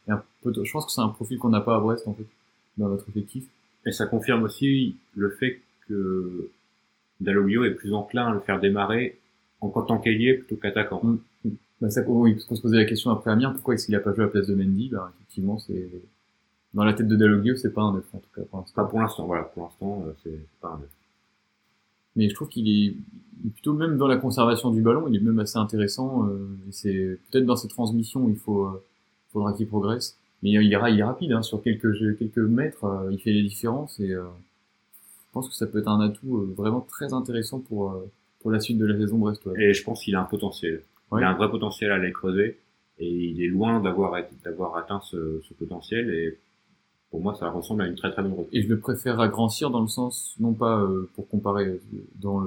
Je pense que c'est un profil qu'on n'a pas à Brest en fait dans notre effectif. Et ça confirme aussi le fait que Dalloglio est plus enclin à le faire démarrer en tant qu'ailier plutôt qu'attaquant. Bah ça, oui, parce qu'on se posait la question après Amiens, pourquoi est-ce qu'il a pas joué à la place de Mendy? Bah effectivement, c'est dans la tête de Dalloglio, c'est pas un neuf en tout cas pour l'instant. Pas pour l'instant, voilà, pour l'instant c'est pas un neuf. Mais je trouve qu'il est plutôt, même dans la conservation du ballon, il est même assez intéressant. Et c'est peut-être dans ses transmissions, faudra qu'il progresse. Mais il est rapide, hein, sur quelques mètres, il fait les différences et je pense que ça peut être un atout vraiment très intéressant pour la suite de la saison brestoise. Et je pense qu'il a un potentiel. Ouais. Il a un vrai potentiel à aller creuser et il est loin d'avoir atteint ce potentiel et pour moi, ça ressemble à une très très bonne recrue. Et je le préfère à Grand Cyr dans le sens, non pas pour comparer dans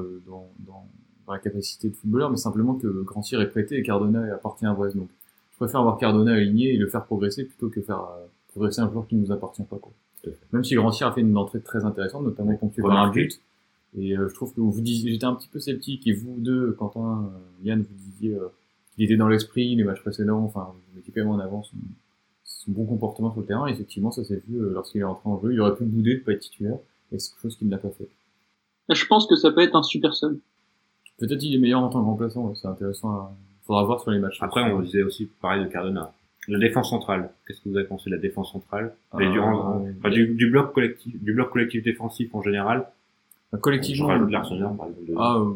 la capacité de footballeur, mais simplement que Grand Cyr est prêté et Cardona appartient à Brest. Donc, je préfère avoir Cardona aligné et le faire progresser plutôt que faire progresser un joueur qui nous appartient pas, quoi. Même si Grand Cyr a fait une entrée très intéressante, notamment ponctuée par un but. Et je trouve que j'étais un petit peu sceptique et vous deux, Quentin, Yann, vous disiez qu'il était dans l'esprit les matchs précédents. Enfin, vous mettiez quand même en avant son bon comportement sur le terrain. Et effectivement, ça s'est vu lorsqu'il est rentré en jeu. Il aurait pu bouder de pas être titulaire, et c'est quelque chose qu'il n'a pas fait. Je pense que ça peut être un super sub. Peut-être il est meilleur en tant que remplaçant. Ouais. C'est intéressant. Faudra voir sur les matchs. Après, on disait aussi pareil de Cardona. La défense centrale. Qu'est-ce que vous avez pensé de la défense centrale du bloc collectif défensif en général. Collectivement. Je rajoute l'Arsenal, par exemple.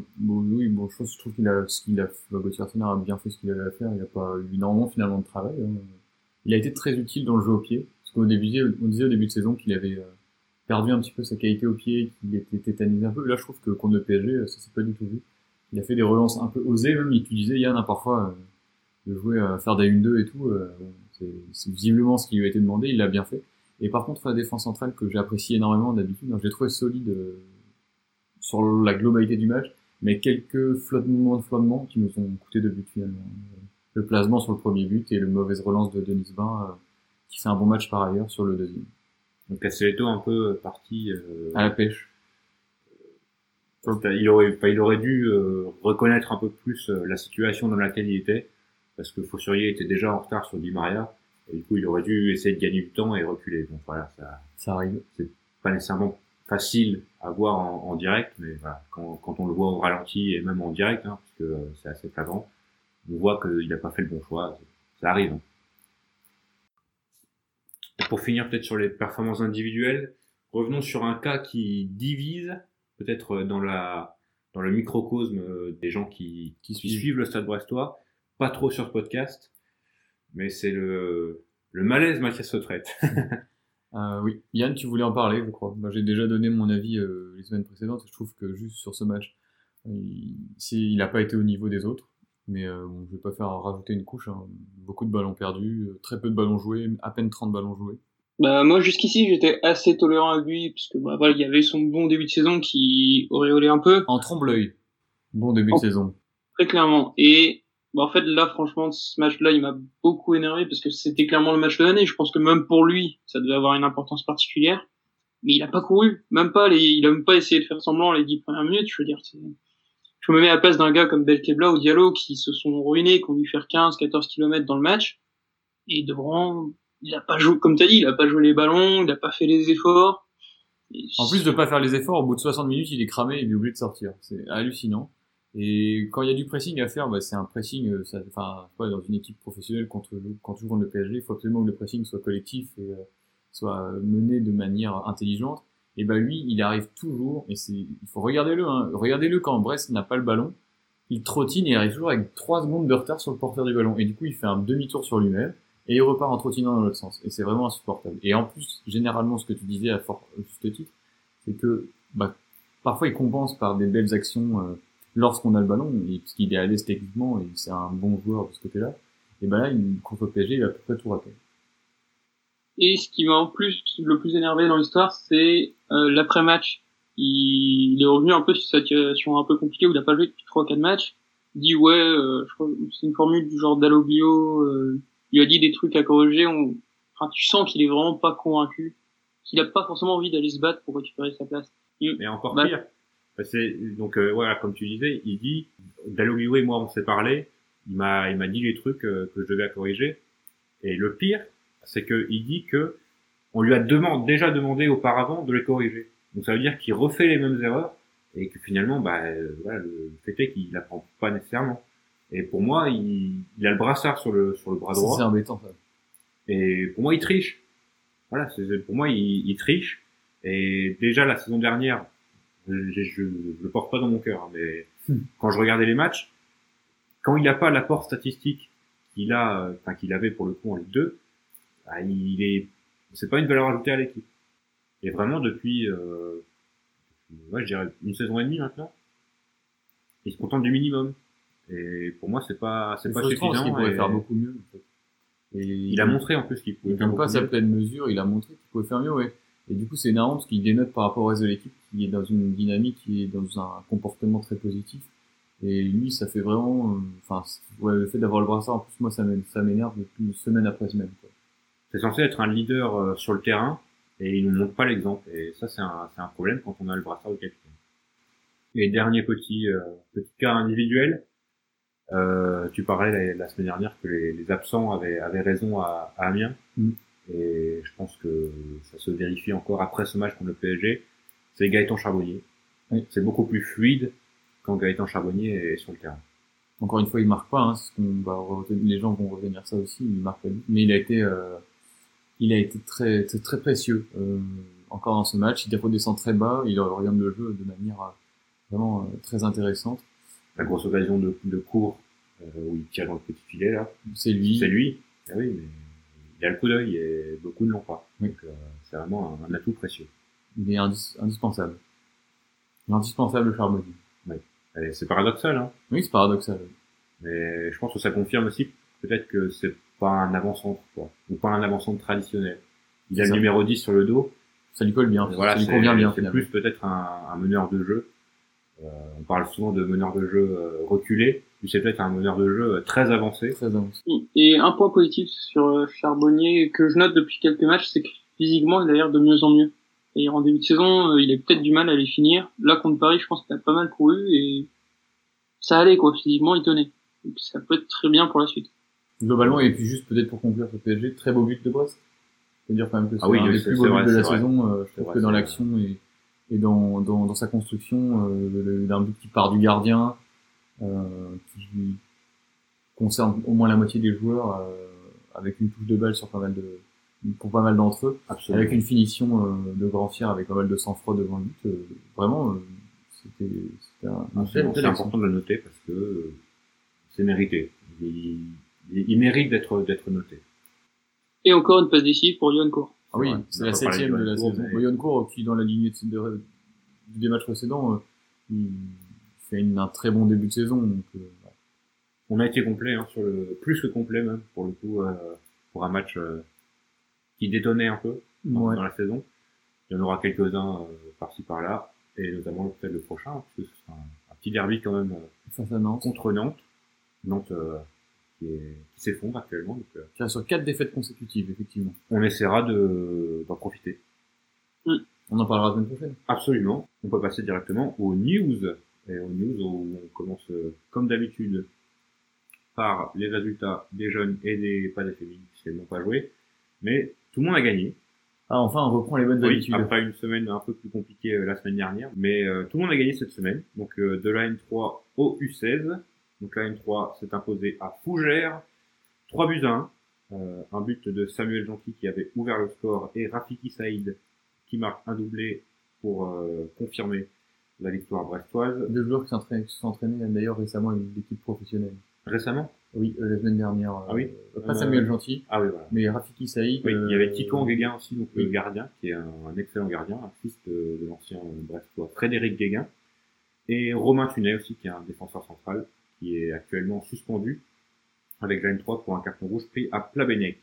Je trouve Gauthier Arsenal a bien fait ce qu'il avait à faire. Il n'a pas eu énormément finalement de travail. Hein. Il a été très utile dans le jeu au pied, parce qu'on disait au début de saison qu'il avait perdu un petit peu sa qualité au pied, qu'il était tétanisé un peu. Là, je trouve que contre le PSG, ça s'est pas du tout vu. Il a fait des relances un peu osées, même. Tu disais, Yann, parfois, de jouer à faire des 1-2 et tout. C'est visiblement ce qui lui a été demandé, il l'a bien fait. Et par contre, la défense centrale, que j'ai apprécié énormément d'habitude, je l'ai trouvé solide sur la globalité du match, mais quelques flottements qui nous ont coûté de buts finalement. Le placement sur le premier but et le mauvaise relance de Denis Bain qui fait un bon match par ailleurs sur le deuxième. Donc Castelletto un peu parti à la pêche. Il aurait dû reconnaître un peu plus la situation dans laquelle il était, parce que Fosurier était déjà en retard sur Di Maria et du coup il aurait dû essayer de gagner du temps et reculer. Donc voilà, ça arrive. C'est pas nécessairement facile à voir en direct, mais voilà, quand on le voit au ralenti et même en direct, hein, parce que c'est assez flagrant, on voit qu'il n'a pas fait le bon choix. Ça arrive. Et pour finir peut-être sur les performances individuelles, revenons sur un cas qui divise, peut-être dans le microcosme des gens qui suivent le Stade Brestois, pas trop sur ce podcast, mais c'est le malaise Mathias Sautrette. Oui, Yann, tu voulais en parler, je crois. J'ai déjà donné mon avis les semaines précédentes, et je trouve que juste sur ce match, il n'a pas été au niveau des autres. Mais je vais pas faire rajouter une couche. Hein. Beaucoup de ballons perdus, très peu de ballons joués, à peine 30 ballons joués. Moi jusqu'ici j'étais assez tolérant à lui puisque voilà, il y avait son bon début de saison qui auréolait un peu. En trompe-l'œil. Bon début de saison. Très clairement. Et en fait là franchement ce match-là il m'a beaucoup énervé parce que c'était clairement le match de l'année. Je pense que même pour lui ça devait avoir une importance particulière. Mais il a pas couru, il a même pas essayé de faire semblant les 10 premières minutes. Je veux dire, je me mets à la place d'un gars comme Belkebla ou Diallo qui se sont ruinés, qui ont dû faire 15-14 km dans le match. Et Devran, il a pas joué, comme t'as dit, il a pas joué les ballons, il a pas fait les efforts. En plus de pas faire les efforts, au bout de 60 minutes, il est cramé et il est obligé de sortir. C'est hallucinant. Et quand il y a du pressing à faire, c'est un pressing, dans une équipe professionnelle quand tu joues contre le PSG, il faut absolument que le pressing soit collectif et soit mené de manière intelligente. Et lui, il arrive toujours, et il faut regardez-le quand Brest n'a pas le ballon, il trottine et il arrive toujours avec 3 secondes de retard sur le porteur du ballon. Et du coup, il fait un demi-tour sur lui-même et il repart en trottinant dans l'autre sens. Et c'est vraiment insupportable. Et en plus, généralement, ce que tu disais à juste titre, c'est que parfois il compense par des belles actions lorsqu'on a le ballon, et parce qu'il est à l'aise techniquement et c'est un bon joueur de ce côté-là. Et là, contre le PSG, il a à peu près tout raté. Et ce qui m'a en plus le plus énervé dans l'histoire, c'est l'après-match. Il est revenu un peu sur cette situation un peu compliquée où il a pas joué depuis 3-4 matchs. Il dit je crois que c'est une formule du genre Dalloglio, il a dit des trucs à corriger. Enfin, tu sens qu'il est vraiment pas convaincu, qu'il a pas forcément envie d'aller se battre pour récupérer sa place. Mais encore pire. Donc voilà, comme tu disais, il dit Dalloglio et moi on s'est parlé. Il m'a dit les trucs que je devais corriger. Et le pire, c'est que il dit que on lui a déjà demandé auparavant de les corriger. Donc ça veut dire qu'il refait les mêmes erreurs et que finalement, voilà, le fait est qu'il l'apprend pas nécessairement. Et pour moi, il a le brassard sur le bras droit. C'est embêtant, ça. Et pour moi, il triche. Voilà, pour moi, il triche. Et déjà la saison dernière, je le porte pas dans mon cœur, hein, mais quand je regardais les matchs, quand il n'a pas l'apport statistique qu'il avait pour le coup en Ligue 2, c'est pas une valeur ajoutée à l'équipe. Et vraiment depuis, je dirais une saison et demie maintenant, il se contente du minimum. Et pour moi, c'est pas suffisant. Parce qu'il pourrait faire beaucoup mieux, en fait. Et il a montré en plus qu'il pouvait faire beaucoup mieux. Pas sa pleine mesure, il a montré qu'il pouvait faire mieux, ouais. Et du coup, c'est énervant parce qu'il dénote par rapport au reste de l'équipe qui est dans une dynamique, qui est dans un comportement très positif. Et lui, ça fait vraiment, le fait d'avoir le brassard, en plus, moi, ça m'énerve depuis semaine après semaine, quoi. C'est censé être un leader sur le terrain, et il nous montre pas l'exemple. Et ça, c'est un problème quand on a le brassard de capitaine. Et dernier petit cas individuel, tu parlais la semaine dernière que les absents avaient raison à Amiens. Et je pense que ça se vérifie encore après ce match contre le PSG. C'est Gaëtan Charbonnier. Oui. C'est beaucoup plus fluide quand Gaëtan Charbonnier est sur le terrain. Encore une fois, il marque pas, hein, c'est ce qu'on les gens vont retenir ça aussi, il marque pas. Mais il a été très, très, très précieux, encore dans ce match. Il redescend très bas, il oriente le jeu de manière vraiment très intéressante. La grosse occasion de cours, où il tire dans le petit filet, là. C'est lui. Ah oui, mais il a le coup d'œil et beaucoup ne l'ont pas. Oui. Donc, c'est vraiment un atout précieux. Il est indispensable. L'indispensable Charbonnier. Oui. Et c'est paradoxal, hein. Oui, c'est paradoxal. Mais je pense que ça confirme aussi peut-être que c'est pas un avant-centre, quoi. Ou pas un avant-centre traditionnel. Il a le numéro 10 sur le dos. Ça lui colle bien. Voilà, ça lui convient bien. C'est plus peut-être un meneur de jeu. On parle souvent de meneur de jeu reculé. Lui, c'est peut-être un meneur de jeu très avancé. Très avancé. Et un point positif sur Charbonnier que je note depuis quelques matchs, c'est que physiquement, il a l'air de mieux en mieux. Et en début de saison, il a peut-être du mal à les finir. Là, contre Paris, je pense qu'il a pas mal couru et ça allait, quoi. Physiquement, il tenait. Donc, ça peut être très bien pour la suite. Globalement, et puis juste peut-être pour conclure sur PSG, très beau but de Brest. C'est-à-dire quand même que c'est un des plus beaux buts de la saison. Je trouve que dans l'action et dans sa construction, d'un but qui part du gardien, qui concerne au moins la moitié des joueurs, avec une touche de balle pour pas mal d'entre eux. Absolument. Avec une finition de grand fier avec pas mal de sang-froid devant le but. Vraiment, c'était c'est important de le noter parce que c'est mérité. Il mérite d'être noté. Et encore une passe décisive pour Yohan Cour. Ah oui, c'est la 7e de la saison. Yohan Cour, qui dans la lignée des matchs précédents, il fait un très bon début de saison. Donc, on a été complet, hein, plus que complet même, pour le coup, pour un match qui détonnait un peu dans la saison. Il y en aura quelques-uns par-ci par-là, et notamment peut-être le prochain, parce que ce sera un petit derby quand même face à Nantes. Contre Nantes. Nantes qui s'effondre actuellement. Donc, sur 4 défaites consécutives, effectivement. On essaiera d'en profiter. On en parlera la semaine prochaine. Absolument. On peut passer directement aux news. Et aux news où on commence comme d'habitude par les résultats des jeunes et pas des féminines puisqu'elles n'ont pas joué. Mais tout le monde a gagné. Ah, enfin, on reprend les bonnes habitudes. Après une semaine un peu plus compliquée la semaine dernière. Mais tout le monde a gagné cette semaine. Donc de la N3 au U16. Donc la N3 s'est imposée à Fougères. 3-1. Un but de Samuel Gentil qui avait ouvert le score et Rafiki Saïd qui marque un doublé pour confirmer la victoire brestoise. 2 joueurs qui se sont entraînés d'ailleurs récemment avec l'équipe professionnelle. Récemment? Oui, la semaine dernière. Ah oui? Pas Samuel Gentil, Ah oui, voilà. mais Rafiki Saïd. Oui, il y avait Titouan Guéguin aussi, donc oui. le gardien, qui est un excellent gardien, un fils de l'ancien brestois Frédéric Guéguin. Et Romain Tunet aussi, qui est un défenseur central, qui est actuellement suspendu avec la N3 pour un carton rouge pris à Plabennec.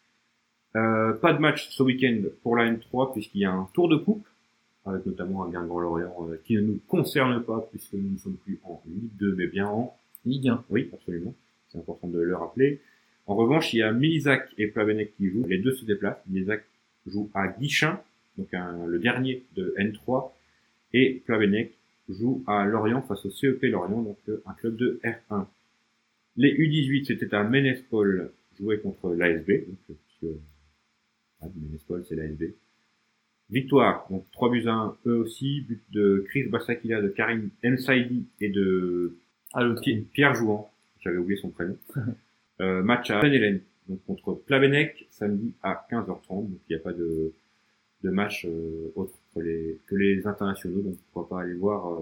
Pas de match ce week-end pour la N3 puisqu'il y a un tour de coupe, avec notamment un Guingamp-Lorient qui ne nous concerne pas puisque nous ne sommes plus en Ligue 2 mais bien en Ligue 1. Oui, absolument. C'est important de le rappeler. En revanche, il y a Milizac et Plabennec qui jouent. Les deux se déplacent. Milizac joue à Guichin, donc le dernier de N3, et Plabennec joue à Lorient face au CEP Lorient, donc un club de R1. Les U18, c'était à Ménespol, joué contre l'ASB, donc Ménespol, c'est l'ASB. Victoire, donc 3-1, eux aussi, but de Chris Bassakila, de Karim Msaidi et de Pierre Jouan, j'avais oublié son prénom. Match à Penn-Hélène, donc contre Plabennec, samedi à 15h30, donc il n'y a pas de match autre que les internationaux, donc pourquoi pas aller voir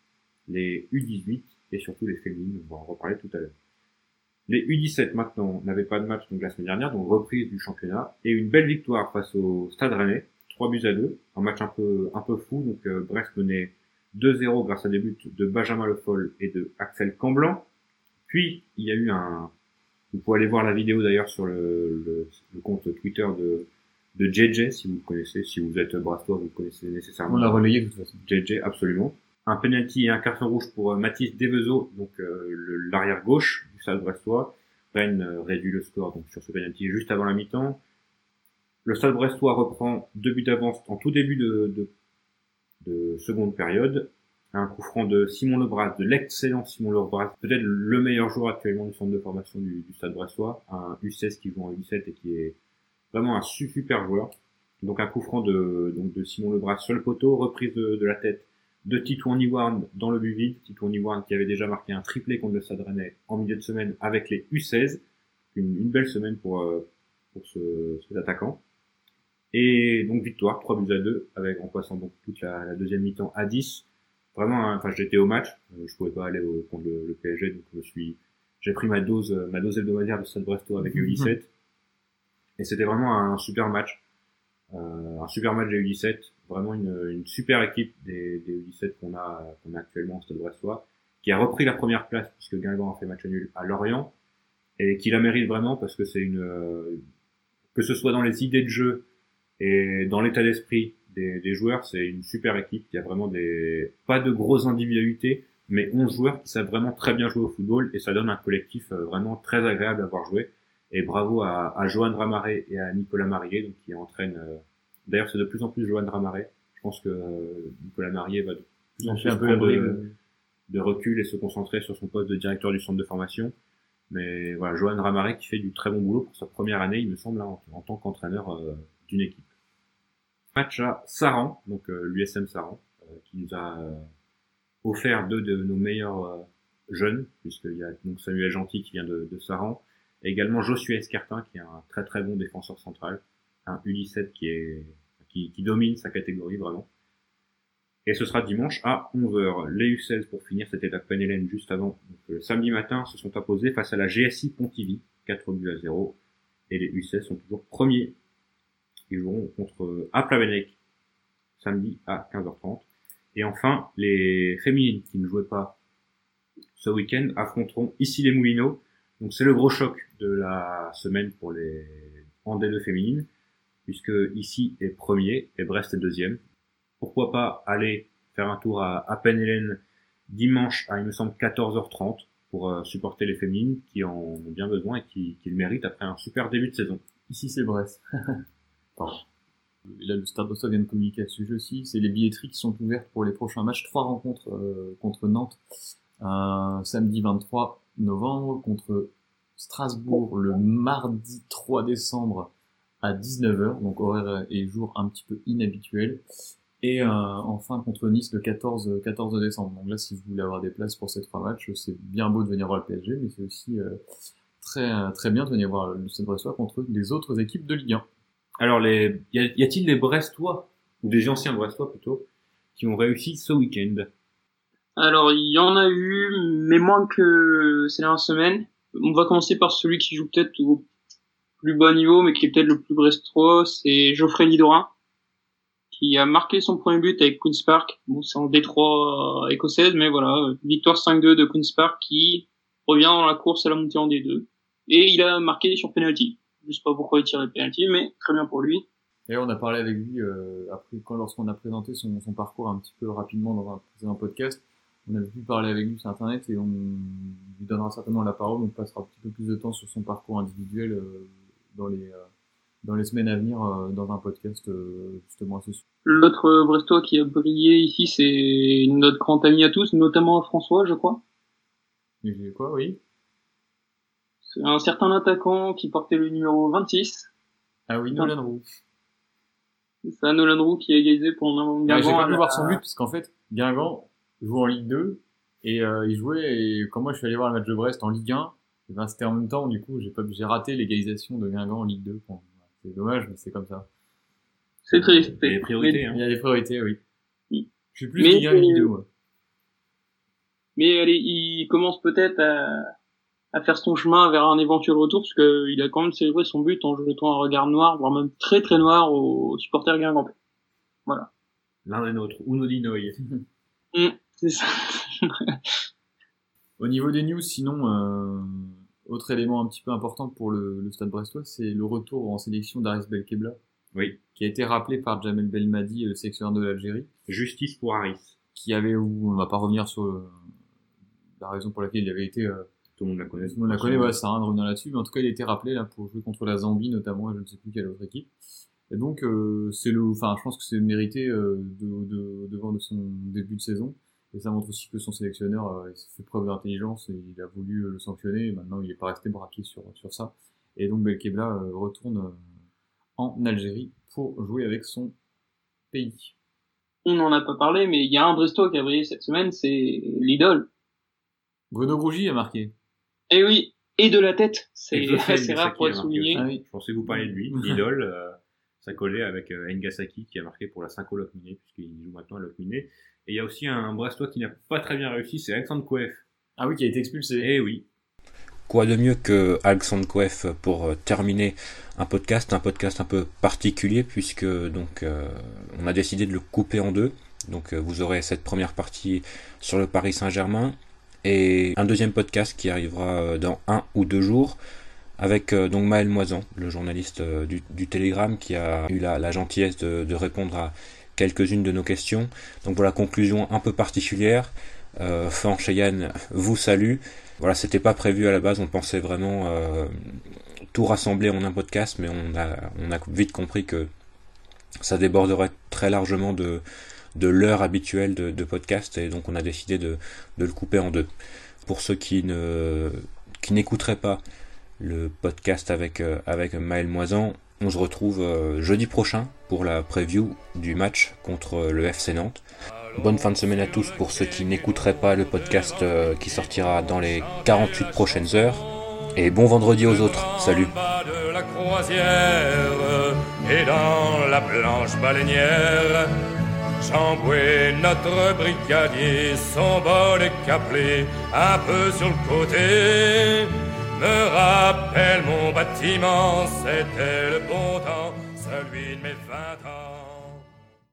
les U18 et surtout les féminines, on va en reparler tout à l'heure. Les U17 maintenant n'avaient pas de match donc la semaine dernière, donc reprise du championnat et une belle victoire face au Stade Rennais, 3-2, un match un peu fou, donc Brest menait 2-0 grâce à des buts de Benjamin Le Foll et de Axel Camblan. Puis il y a eu vous pouvez aller voir la vidéo d'ailleurs sur le compte Twitter de JJ, si vous le connaissez, si vous êtes brestois, vous le connaissez nécessairement. On l'a relayé de toute façon. JJ, absolument. Un penalty et un carton rouge pour Mathis Devezeau, donc l'arrière gauche du Stade brestois. Rennes réduit le score donc sur ce penalty juste avant la mi-temps. Le Stade brestois reprend 2 buts d'avance en tout début de seconde période. Un coup franc de Simon Lebras, de l'excellent Simon Lebras, peut-être le meilleur joueur actuellement du centre de formation du Stade brestois, un U16 qui joue en U17 et qui est vraiment un super joueur. Donc un coup franc de Simon Lebras sur le poteau, reprise de la tête de Titouan Niwarn dans le but vide. Titouan Niwarn qui avait déjà marqué un triplé contre le Stade Rennais en milieu de semaine avec les U16. Une belle semaine pour cet attaquant. Et donc victoire, 3-2, en passant donc toute la deuxième mi-temps à 10. Vraiment, j'étais au match, je pouvais pas aller contre le PSG, donc j'ai pris ma dose hebdomadaire de Stade Brestois avec les U17. Et c'était vraiment un super match. Un super match des U17, vraiment une super équipe des U17 qu'on a actuellement au Stade Brestois, qui a repris la première place puisque Guingamp a fait match nul à Lorient, et qui la mérite vraiment parce que c'est que ce soit dans les idées de jeu et dans l'état d'esprit des joueurs, c'est une super équipe. Il y a vraiment pas de grosses individualités, mais 11 joueurs qui savent vraiment très bien jouer au football, et ça donne un collectif vraiment très agréable à voir jouer. Et bravo à Johan Dramaré et à Nicolas Marié, donc qui entraînent. D'ailleurs, c'est de plus en plus Johan Dramaré. Je pense que Nicolas Marié va de plus en plus prendre de recul et se concentrer sur son poste de directeur du centre de formation. Mais voilà, Johan Dramaré qui fait du très bon boulot pour sa première année, il me semble, en tant qu'entraîneur d'une équipe. Match à Saran, donc l'USM Saran, qui nous a offert 2 de nos meilleurs jeunes, puisqu'il y a donc Samuel Gentil qui vient de Saran, et également Josué Escartin qui est un très très bon défenseur central, un U17 qui domine sa catégorie vraiment. Et ce sera dimanche à 11h. Les U16 pour finir, c'était à Penn-Hélène juste avant. Donc, le samedi matin se sont imposés face à la GSI Pontivy, 4-0, et les U16 sont toujours premiers. Ils joueront contre Plabennec samedi à 15h30. Et enfin, les féminines qui ne jouaient pas ce week-end affronteront ici les Moulineaux. Donc c'est le gros choc de la semaine pour les en D2 féminines, puisque ici est premier et Brest est deuxième. Pourquoi pas aller faire un tour à Penn-Hélène dimanche à, il me semble, 14h30 pour supporter les féminines qui en ont bien besoin et qui le méritent après un super début de saison. Ici c'est Brest. Là, le Stade Brestois vient de communiquer à ce sujet aussi. C'est les billetteries qui sont ouvertes pour les prochains matchs. 3 rencontres contre Nantes, samedi 23 novembre, contre Strasbourg le mardi 3 décembre à 19h, donc horaire et jour un petit peu inhabituel. Et enfin contre Nice le 14 décembre. Donc là, si vous voulez avoir des places pour ces 3 matchs, c'est bien beau de venir voir le PSG, mais c'est aussi très bien de venir voir le Stade Brestois contre les autres équipes de Ligue 1. Alors, y a-t-il des Brestois, ou des anciens Brestois plutôt, qui ont réussi ce week-end Alors, il y en a eu, mais moins que ces dernières semaines. On va commencer par celui qui joue peut-être au plus bas niveau, mais qui est peut-être le plus brestois, c'est Geoffrey Lidorin, qui a marqué son premier but avec Queen's Park. Bon, c'est en Détroit écossaise, mais voilà, victoire 5-2 de Queen's Park qui revient dans la course à la montée en D2. Et il a marqué sur penalty. Je sais pas pourquoi il tire les penalty, mais très bien pour lui. Et on a parlé avec lui après lorsqu'on a présenté son parcours un petit peu rapidement dans un précédent podcast. On a pu parler avec lui sur internet et on lui donnera certainement la parole. On passera un petit peu plus de temps sur son parcours individuel dans les semaines à venir dans un podcast justement à ce sujet. L'autre Brestois qui a brillé ici, c'est notre grand ami à tous, notamment François, je crois. Mais j'ai quoi, oui. C'est un certain attaquant qui portait le numéro 26. Ah oui, Nolan Roux. C'est Nolan Roux qui a égalisé pour Guingamp. J'ai pas pu voir son but parce qu'en fait, Guingamp joue en Ligue 2 et il jouait, et quand moi je suis allé voir le match de Brest en Ligue 1, et ben c'était en même temps, du coup j'ai raté l'égalisation de Guingamp en Ligue 2. Bon, c'est dommage, mais c'est comme ça. C'est triste. Il y a des priorités, hein. Il y a des priorités, oui. Oui. Je suis plus Ligue 1 que Ligue 2, moi. Mais allez, il commence peut-être à faire son chemin vers un éventuel retour, parce que il a quand même célébré son but en jetant un regard noir, voire même très très noir aux supporters guingampais. Voilà. L'un des nôtres, Uno Dinoy. C'est ça. Au niveau des news, sinon, autre élément un petit peu important pour le Stade brestois, c'est le retour en sélection d'Aris Belkebla. Oui. Qui a été rappelé par Jamel Belmadi, le sélectionneur de l'Algérie. Justice pour Aris. Qui avait, on va pas revenir sur la raison pour laquelle il avait été, tout le monde la connaît. Tout le monde la connaît, ouais, ça sert à rien de revenir là-dessus, mais en tout cas, il a été rappelé, là, pour jouer contre la Zambie, notamment, et je ne sais plus quelle autre équipe. Et donc, je pense que c'est mérité, devant de son début de saison. Et ça montre aussi que son sélectionneur, il fait preuve d'intelligence et il a voulu le sanctionner, et maintenant il est pas resté braqué sur ça. Et donc, Belkebla, retourne, en Algérie pour jouer avec son pays. On n'en a pas parlé, mais il y a un Brestois qui a brillé cette semaine, c'est l'idole. Bruno Grougy a marqué. Eh oui, et de la tête, c'est assez rare pour être souligné. Ah oui. Je pensais vous parler de lui, l'idole, ça collait avec Ngasaki qui a marqué pour la Synco Locminé, puisqu'il joue maintenant à Locminé. Et il y a aussi un Brestois qui n'a pas très bien réussi, c'est Alexandre Coef. Ah oui, qui a été expulsé. Eh oui. Quoi de mieux que Alexandre Coef pour terminer un podcast un peu particulier, puisque donc on a décidé de le couper en deux. Donc vous aurez cette première partie sur le Paris Saint-Germain et un deuxième podcast qui arrivera dans 1 ou 2 jours avec donc Maël Moisan, le journaliste du Télégramme, qui a eu la gentillesse de répondre à quelques-unes de nos questions. Donc voilà, conclusion un peu particulière. Fanch et Yann vous salue. Voilà, c'était pas prévu à la base, on pensait vraiment tout rassembler en un podcast, mais on a vite compris que ça déborderait très largement de l'heure habituelle de podcast, et donc on a décidé de le couper en deux. Pour ceux qui n'écouteraient pas le podcast avec Maël Moisan, on se retrouve jeudi prochain pour la preview du match contre le FC Nantes. Bonne fin de semaine à tous pour ceux qui n'écouteraient pas le podcast qui sortira dans les 48 prochaines heures. Et bon vendredi aux autres. Salut. De la croisière et dans la blanche baleinière, Chamboué, notre brigadier, son bol est caplé un peu sur le côté, me rappelle mon bâtiment, c'était le bon temps, celui de mes 20 ans.